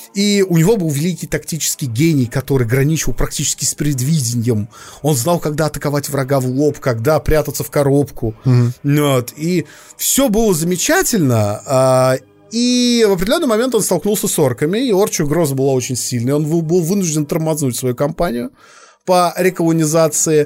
И у него был великий тактический гений, который граничил практически с предвидением. Он знал, когда атаковать врага в лоб, когда прятаться в коробку. Mm-hmm. Вот. И все было замечательно. И в определенный момент он столкнулся с орками, и орчья угроза была очень сильной. Он был вынужден тормознуть свою кампанию по реколонизации.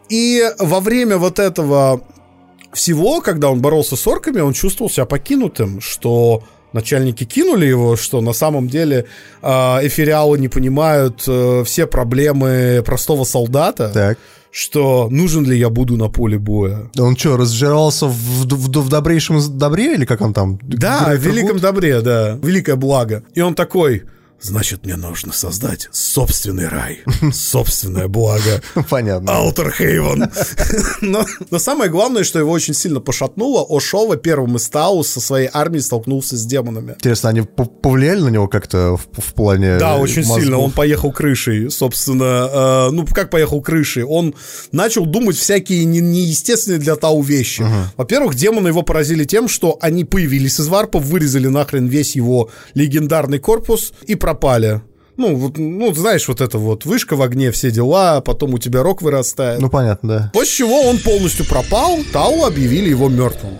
И во время вот этого всего, когда он боролся с орками, он чувствовал себя покинутым, что начальники кинули его, что на самом деле э, эфириалы не понимают э, все проблемы простого солдата, так. Что нужен ли я буду на поле боя. Он что, разжирался в, в, в добрейшем добре, или как он там? Да, в великом добре, да, великое благо. И он такой... Значит, мне нужно создать собственный рай, собственное благо. Понятно. Алтерхейвен. но, но самое главное, что его очень сильно пошатнуло, Ошова первым из Тау со своей армией столкнулся с демонами. Интересно, они повлияли на него как-то в, в плане Да, очень мозгов? сильно. Он поехал крышей, собственно. Э, ну, как поехал крышей? Он начал думать всякие не, неестественные для Тау вещи. Uh-huh. Во-первых, демоны его поразили тем, что они появились из варпа, вырезали нахрен весь его легендарный корпус и пропали. Ну, вот, ну, знаешь, вот это вот вышка в огне, все дела, а потом у тебя рог вырастает. Ну, понятно, да. После чего он полностью пропал, Тау объявили его мертвым.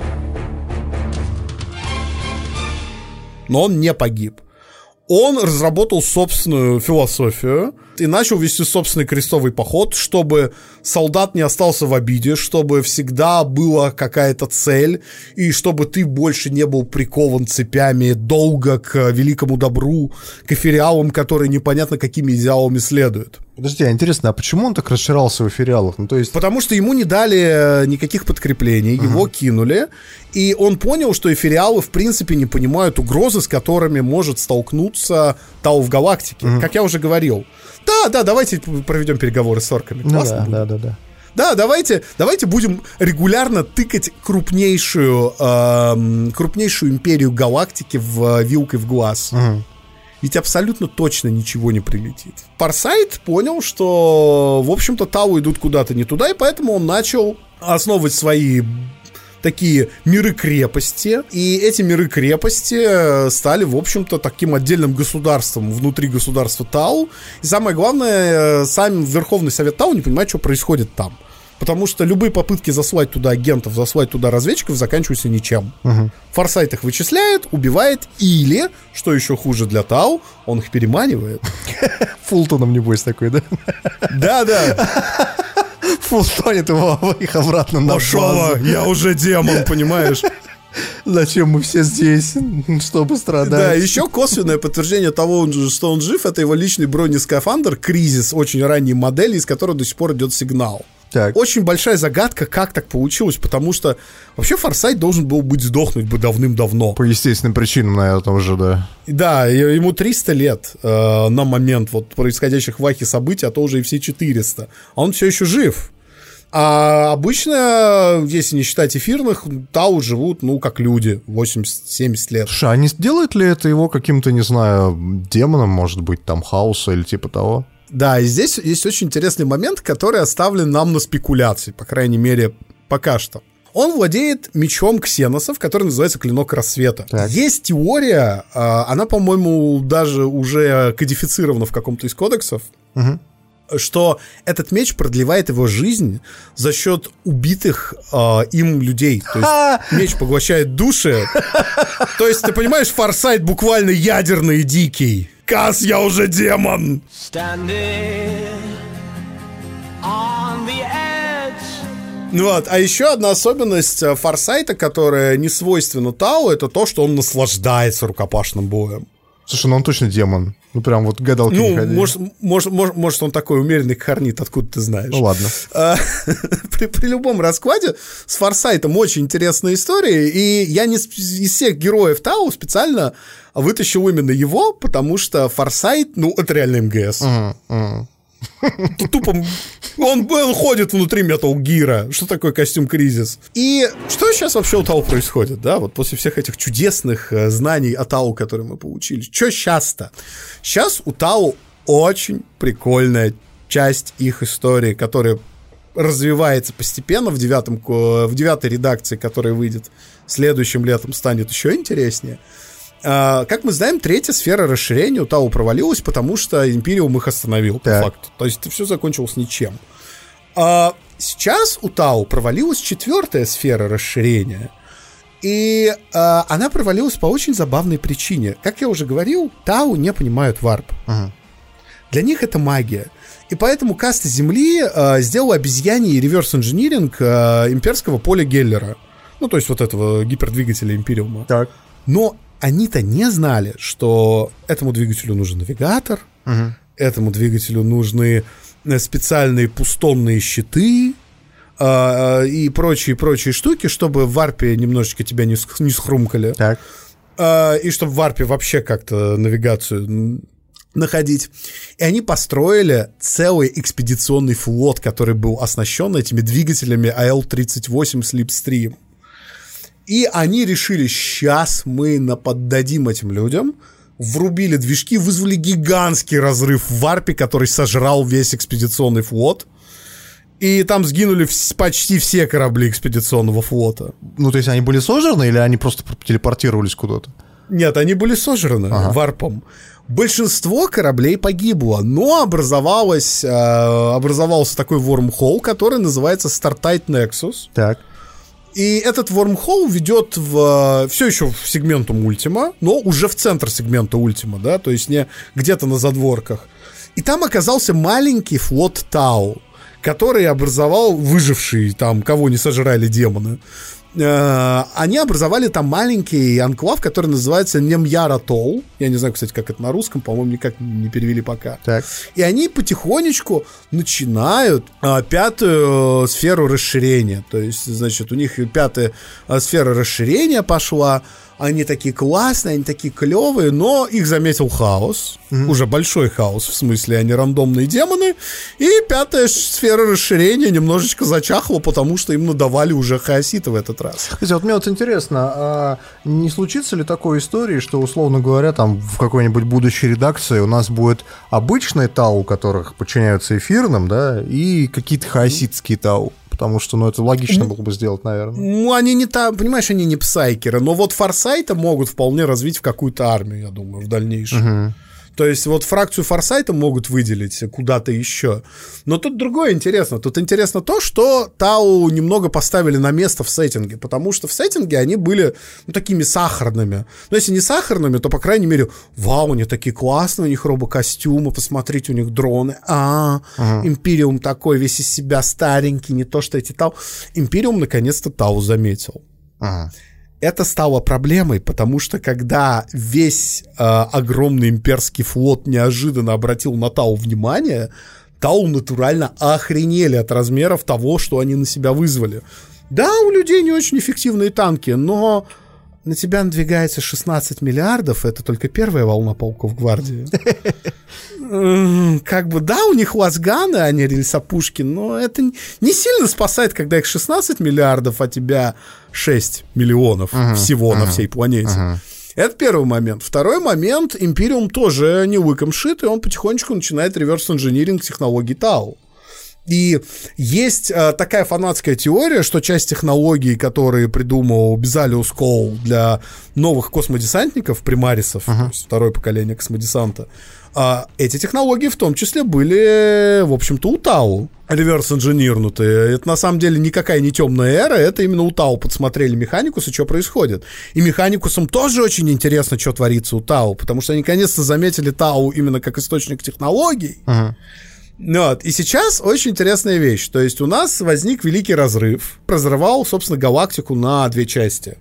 Но он не погиб. Он разработал собственную философию и начал вести собственный крестовый поход, чтобы солдат не остался в обиде, чтобы всегда была какая-то цель, и чтобы ты больше не был прикован цепями долго к великому добру, к эфириалам, которые непонятно какими идеалами следуют. Подожди, а интересно, а почему он так расширался в эфириалах? Ну, то есть... Потому что ему не дали никаких подкреплений, uh-huh. его кинули, и он понял, что эфириалы в принципе не понимают угрозы, с которыми может столкнуться Тау в галактике. Uh-huh. Как я уже говорил. Да, да, давайте проведем переговоры с орками. Ну, да, да, да, да. Да, давайте, давайте будем регулярно тыкать крупнейшую, э, крупнейшую империю галактики в вилкой в глаз. Uh-huh. Ведь абсолютно точно ничего не прилетит. Форсайт понял, что, в общем-то, Тау идут куда-то не туда, и поэтому он начал основывать свои такие миры-крепости. И эти миры-крепости стали, в общем-то, таким отдельным государством внутри государства Тау. И самое главное, сам Верховный Совет Тау не понимает, что происходит там. Потому что любые попытки заслать туда агентов, заслать туда разведчиков заканчиваются ничем. Угу. Форсайт их вычисляет, убивает, или, что еще хуже для Тау, он их переманивает. Фултоном, небось, такой, да? Да-да. Фултонит его их обратно на базу. Ошова, я уже демон, понимаешь? Зачем мы все здесь, чтобы страдать? Да, еще косвенное подтверждение того, что он жив, это его личный бронескафандр Кризис, очень ранней модели, из которого до сих пор идет сигнал. Так. Очень большая загадка, как так получилось, потому что вообще Форсайт должен был быть сдохнуть бы давным-давно. По естественным причинам, наверное, уже, да. Да, ему триста лет э, на момент вот происходящих в Ахе событий, а то уже и все четыреста. А он все еще жив. А обычно, если не считать эфирных, Тау живут, ну, как люди, восемьдесят-семьдесят лет. Слушай, а не сделает ли это его каким-то, не знаю, демоном, может быть, там, хаоса или типа того? Да, и здесь есть очень интересный момент, который оставлен нам на спекуляции, по крайней мере, пока что. Он владеет мечом ксеносов, который называется Клинок Рассвета. Так. Есть теория, она, по-моему, даже уже кодифицирована в каком-то из кодексов, угу. что этот меч продлевает его жизнь за счет убитых э, им людей. То есть меч поглощает души. То есть, ты понимаешь, Форсайт буквально ядерный и дикий. Кас, я уже демон! Ну вот, а еще одна особенность Форсайта, которая не свойственна Тау, это то, что он наслаждается рукопашным боем. Слушай, ну он точно демон. Ну прям вот гадалки ну, не ходи. Может, может, может, может, он такой умеренный хорнит, откуда ты знаешь. Ну ладно. при, при любом раскладе с Форсайтом очень интересная история, и я не из всех героев Тау специально вытащил именно его, потому что Форсайт, ну, это реально МГС. Uh-huh, uh-huh. Тупо он, он ходит внутри Metal Gear. Что такое костюм Кризис? И что сейчас вообще у Тау происходит, да? Вот после всех этих чудесных э, знаний о Тау, которые мы получили. Что сейчас-то? Сейчас у Тау очень прикольная часть их истории, которая развивается постепенно в, девятом, в девятой редакции, которая выйдет следующим летом, станет еще интереснее. Uh, как мы знаем, третья сфера расширения у Тау провалилась, потому что Империум их остановил, по так. факту. То есть все закончилось ничем. Uh, сейчас у Тау провалилась четвертая сфера расширения. И uh, она провалилась по очень забавной причине. Как я уже говорил, Тау не понимают варп. Uh-huh. Для них это магия. И поэтому каста Земли uh, сделала обезьяний реверс-инжиниринг uh, имперского поля Геллера. Ну, то есть вот этого гипердвигателя Империума. Так. Но они-то не знали, что этому двигателю нужен навигатор, угу. этому двигателю нужны специальные пустонные щиты э, и прочие-прочие штуки, чтобы в варпе немножечко тебя не, не схрумкали. Так. Э, и чтобы в варпе вообще как-то навигацию находить. И они построили целый экспедиционный флот, который был оснащен этими двигателями А Л тридцать восемь Slipstream. И они решили, сейчас мы наподдадим этим людям, врубили движки, вызвали гигантский разрыв в варпе, который сожрал весь экспедиционный флот. И там сгинули вс- почти все корабли экспедиционного флота. Ну, то есть они были сожраны или они просто телепортировались куда-то? Нет, они были сожраны ага. варпом. Большинство кораблей погибло, но образовалось, э, образовался такой вормхолл, который называется Startite Nexus. Так. И этот вормхолл ведет в, все еще в сегментум Ультима, но уже в центр сегмента Ультима, да, то есть не где-то на задворках. И там оказался маленький флот Тау, который образовал выживший, там, кого не сожрали демоны. Они образовали там маленький анклав, который называется Немьяр-Атолл. Я не знаю, кстати, как это на русском, по-моему, никак не перевели пока. Так. И они потихонечку начинают а, пятую сферу расширения. То есть, значит, у них пятая а, сфера расширения пошла. Они такие классные, они такие клевые, но их заметил хаос. Mm-hmm. Уже большой хаос, в смысле, они рандомные демоны. И пятая сфера расширения немножечко зачахла, потому что им надавали уже хаоситы в этот раз. Кстати, вот мне вот интересно, а не случится ли такой истории, что, условно говоря, там в какой-нибудь будущей редакции у нас будет обычные Тау, у которых подчиняются эфирным, да, и какие-то хаоситские Тау? Потому что, ну, это логично было бы сделать, наверное. Ну, они не там, понимаешь, они не псайкеры, но вот Форсайта могут вполне развить в какую-то армию, я думаю, в дальнейшем. Угу. То есть вот фракцию Форсайта могут выделить куда-то еще. Но тут другое интересно. Тут интересно то, что Тау немного поставили на место в сеттинге, потому что в сеттинге они были, ну, такими сахарными. Но если не сахарными, то, по крайней мере, вау, они такие классные, у них робокостюмы, посмотрите, у них дроны. А, ага. Империум такой весь из себя старенький, не то что эти Тау. Империум наконец-то Тау заметил. Ага. это стало проблемой, потому что когда весь э, огромный имперский флот неожиданно обратил на Тау внимание, Тау натурально охренели от размеров того, что они на себя вызвали. Да, у людей не очень эффективные танки, но на тебя надвигается шестнадцать миллиардов, это только первая волна полков гвардии. Как бы, да, у них лазганы, а не рельсопушки, но это не сильно спасает, когда их шестнадцать миллиардов, а тебя шесть миллионов всего на всей планете. Это первый момент. Второй момент, Империум тоже не лыком шит, и он потихонечку начинает реверс-инжиниринг технологий Тау. И есть э, такая фанатская теория, что часть технологий, которые придумал Безалиус Коул для новых космодесантников, примарисов, uh-huh. то есть второе поколение космодесанта, э, эти технологии в том числе были, в общем-то, у Тау реверс-инжинирнутые. Это на самом деле никакая не темная эра, это именно у Тау подсмотрели Механикус и что происходит. И Механикусам тоже очень интересно, что творится у Тау, потому что они наконец-то заметили Тау именно как источник технологий. Uh-huh. Вот. И сейчас очень интересная вещь. То есть у нас возник великий разрыв, разрывал, собственно, галактику на две части.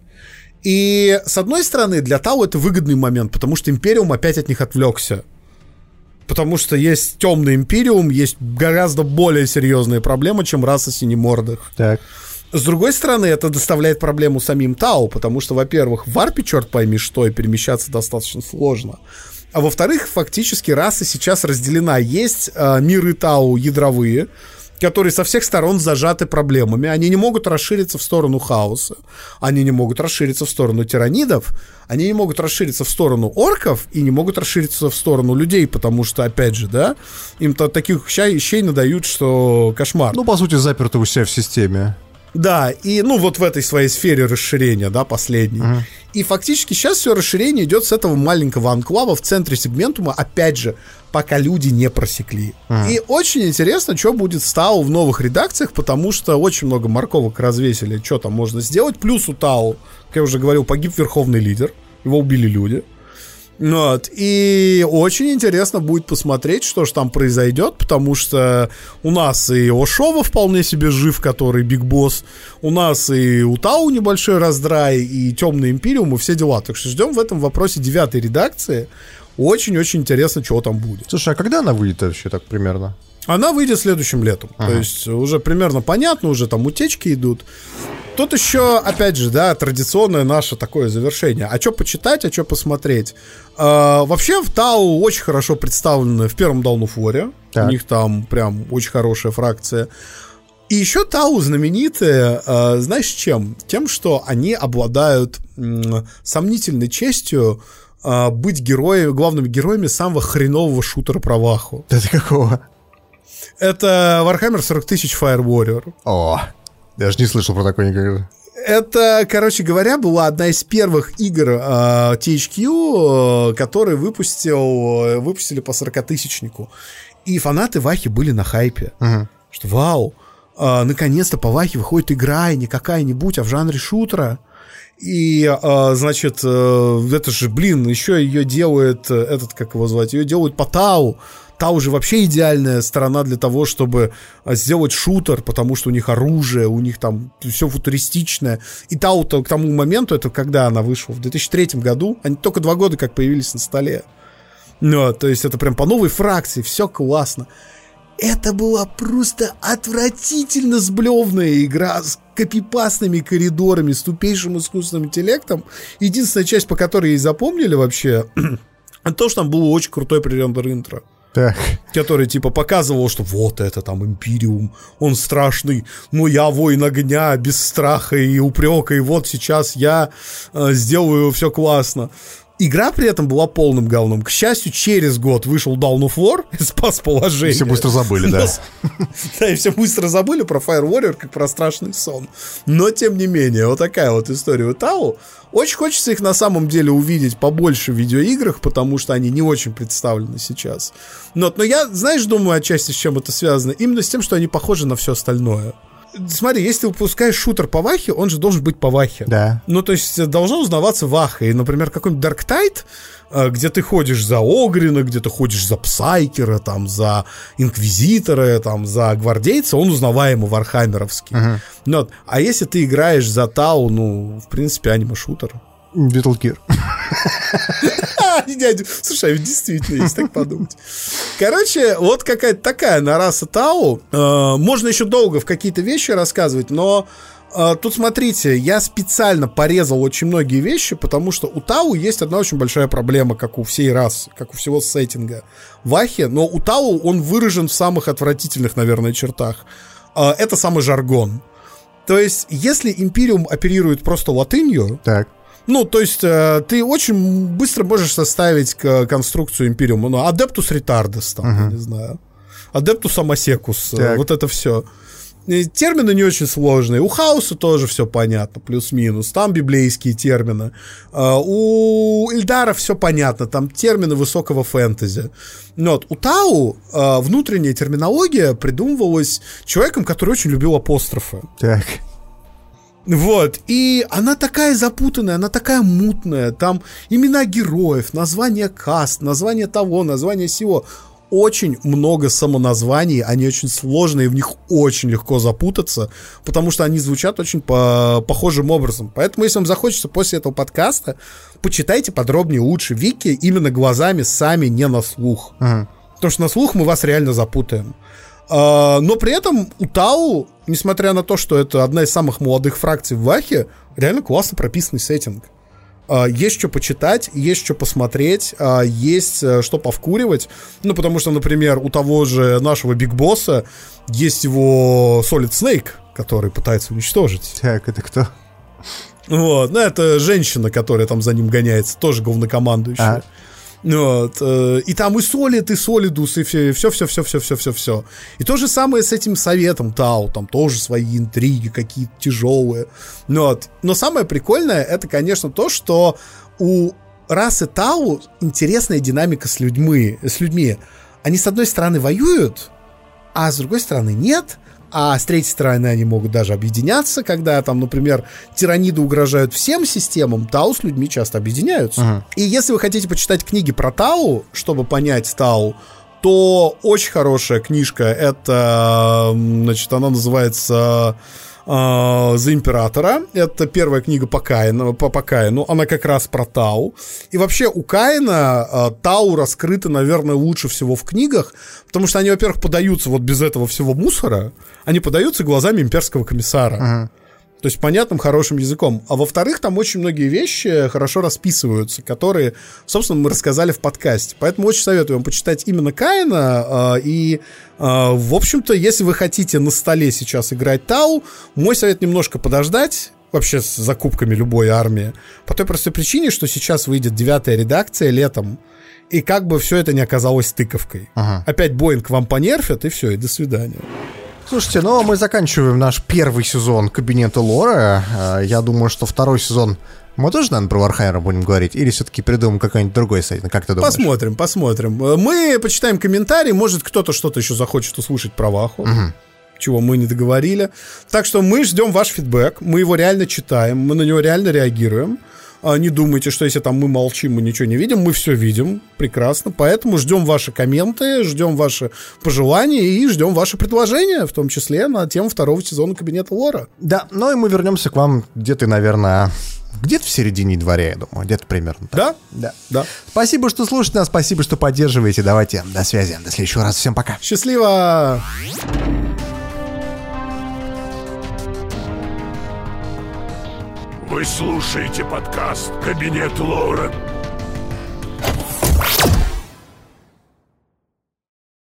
И, с одной стороны, для Тау это выгодный момент, потому что Империум опять от них отвлекся. Потому что есть темный Империум, есть гораздо более серьезные проблемы, чем раса синемордых. Так. С другой стороны, это доставляет проблему самим Тау, потому что, во-первых, в варпе, черт пойми что, и перемещаться достаточно сложно. А во-вторых, фактически раса сейчас разделена. Есть э, миры Тау ядровые, которые со всех сторон зажаты проблемами. Они не могут расшириться в сторону хаоса. Они не могут расшириться в сторону тиранидов. Они не могут расшириться в сторону орков и не могут расшириться в сторону людей, потому что, опять же, да, им-то таких вещей надают, что кошмар. Ну, по сути, заперты у себя в системе. Да, и, ну, вот в этой своей сфере расширения, да, последней. Uh-huh. И фактически сейчас все расширение идет с этого маленького анклава в центре сегментума, опять же, пока люди не просекли. Uh-huh. И очень интересно, что будет с Тау в новых редакциях, потому что очень много морковок развесили, что там можно сделать. Плюс у Тау, как я уже говорил, погиб верховный лидер, его убили люди. Вот. И очень интересно будет посмотреть, что же там произойдет, потому что у нас и Ошова вполне себе жив, который Биг Босс, у нас и у Тау небольшой раздрай, и Темный Империум, и все дела. Так что ждем в этом вопросе девятой редакции. Очень-очень интересно, что там будет. Слушай, а когда она выйдет вообще так примерно? Она выйдет следующим летом. Ага. То есть уже примерно понятно, уже там утечки идут. Тут еще, опять же, да, традиционное наше такое завершение. А что почитать, а что посмотреть? А, вообще в Тау очень хорошо представлены в первом Dawn of War. У них там прям очень хорошая фракция. И еще Тау знаменитые, а, знаешь, чем? Тем, что они обладают м- сомнительной честью а, быть героями, главными героями самого хренового шутера про Ваху. Это какого? Это Warhammer сорок тысяч Fire Warrior. О, даже не слышал про такой никогда. Это, короче говоря, была одна из первых игр э, ти эйч кью, э, который выпустил, э, выпустили по сорокатысячнику. И фанаты Вахи были на хайпе. Uh-huh. Что вау, э, наконец-то по Вахе выходит игра, и не какая-нибудь, а в жанре шутера. И, э, значит, э, это же, блин, еще ее делает, этот, как его звать, ее делают по Тау. Тау же вообще идеальная сторона для того, чтобы сделать шутер, потому что у них оружие, у них там все футуристичное. И Тау-то к тому моменту, это когда она вышла, в две тысячи третьем году, они только два года как появились на столе. Ну, то есть это прям по новой фракции, все классно. Это была просто отвратительно сблевная игра с копипастными коридорами, с тупейшим искусственным интеллектом. Единственная часть, по которой ей запомнили вообще, это то, что там было очень крутой пререндер интро. Так. Который типа показывал, что вот это там Империум, он страшный, но я воин огня, без страха и упрека, и вот сейчас я э, сделаю все классно. Игра при этом была полным говном. К счастью, через год вышел Dawn of War и спас положение. И все быстро забыли, да. Да, и все быстро забыли про Fire Warrior, как про страшный сон. Но, тем не менее, вот такая вот история у Тау. Очень хочется их на самом деле увидеть побольше в видеоиграх, потому что они не очень представлены сейчас. Но, но я, знаешь, думаю отчасти, с чем это связано. Именно с тем, что они похожи на все остальное. смотри, если ты выпускаешь шутер по Вахе, он же должен быть по Вахе. Да. Ну, то есть должна узнаваться Ваха. И, например, какой-нибудь Dark Tide, где ты ходишь за Огрина, где ты ходишь за Псайкера, там, за Инквизитора, там, за Гвардейца, он узнаваемый вархаммеровский. Uh-huh. Вот. А если ты играешь за Тау, ну, в принципе, аниме-шутер. Battle Gear. Слушай, действительно, если так подумать. Короче, вот какая-то такая нараса Тау. Можно еще долго в какие-то вещи рассказывать, но тут, смотрите, я специально порезал очень многие вещи, потому что у Тау есть одна очень большая проблема, как у всей расы, как у всего сеттинга Вахи, но у Тау он выражен в самых отвратительных, наверное, чертах. Это самый жаргон. То есть, если Империум оперирует просто латынью, так. Ну, то есть, э, ты очень быстро можешь составить к- конструкцию Империума. Ну, Adeptus Retardus, там, uh-huh. я не знаю. Adeptus Amosecus, э, вот это все. И термины не очень сложные. У Хаоса тоже все понятно, плюс-минус. Там библейские термины. Э, у Ильдара все понятно. Там термины высокого фэнтези. Вот. У Тау э, внутренняя терминология придумывалась человеком, который очень любил апострофы. Так. Вот, и она такая запутанная, она такая мутная, там имена героев, название каст, название того, название сего, очень много самоназваний, они очень сложные, в них очень легко запутаться, потому что они звучат очень по- похожим образом, поэтому если вам захочется после этого подкаста, почитайте подробнее лучше вики именно глазами сами, не на слух, uh-huh. потому что на слух мы вас реально запутаем. Но при этом у Тау, несмотря на то, что это одна из самых молодых фракций в Вахе, реально классно прописанный сеттинг. Есть что почитать, есть что посмотреть, есть что повкуривать. Ну, потому что, например, у того же нашего Биг Босса есть его Solid Snake, который пытается уничтожить. Так, это кто? Вот, ну, это женщина, которая там за ним гоняется, тоже главнокомандующая. А. Вот, э, и там и Солид, и Солидус, и все-все-все-все-все-все-все. И то же самое с этим советом Тау, там тоже свои интриги какие-то тяжелые. Вот. Но самое прикольное, это, конечно, то, что у расы Тау интересная динамика с людьми, с людьми. Они, с одной стороны, воюют, а с другой стороны, нет. А с третьей стороны, они могут даже объединяться, когда там, например, тираниды угрожают всем системам, Тау с людьми часто объединяются. Uh-huh. И если вы хотите почитать книги про Тау, чтобы понять Тау, то очень хорошая книжка, это, значит, она называется «За Императора». Это первая книга по Каину, по, по Каину. Она как раз про Тау. И вообще у Каина Тау раскрыты, наверное, лучше всего в книгах, потому что они, во-первых, подаются вот без этого всего мусора, они подаются глазами имперского комиссара. Uh-huh. То есть понятным, хорошим языком. А во-вторых, там очень многие вещи хорошо расписываются, которые, собственно, мы рассказали в подкасте. Поэтому очень советую вам почитать именно Каина. И, в общем-то, если вы хотите на столе сейчас играть Тау, мой совет немножко подождать, вообще с закупками любой армии, по той простой причине, что сейчас выйдет девятая редакция летом, и как бы все это не оказалось тыковкой. Ага. Опять Боинг вам понерфят, и все, и до свидания. Слушайте, ну мы заканчиваем наш первый сезон Кабинета Лора. Я думаю, что второй сезон мы тоже, наверное, про Вархаммер будем говорить, или все-таки придумаем какой-нибудь другой сайт? Как ты думаешь? Посмотрим, посмотрим. Мы почитаем комментарии, может, кто-то что-то еще захочет услышать про Ваху. Угу. Чего мы не договорили. Так что мы ждем ваш фидбэк, мы его реально читаем, мы на него реально реагируем. Не думайте, что если там мы молчим, мы ничего не видим, мы все видим прекрасно, поэтому ждем ваши комменты, ждем ваши пожелания и ждем ваши предложения, в том числе на тему второго сезона Кабинета Лора. Да, ну и мы вернемся к вам где-то, наверное, где-то в середине января, я думаю, где-то примерно так. Да? Да. Да. Спасибо, что слушаете нас, спасибо, что поддерживаете, давайте, до связи, до следующего раза, всем пока. Счастливо! Вы слушаете подкаст «Кабинет Лора».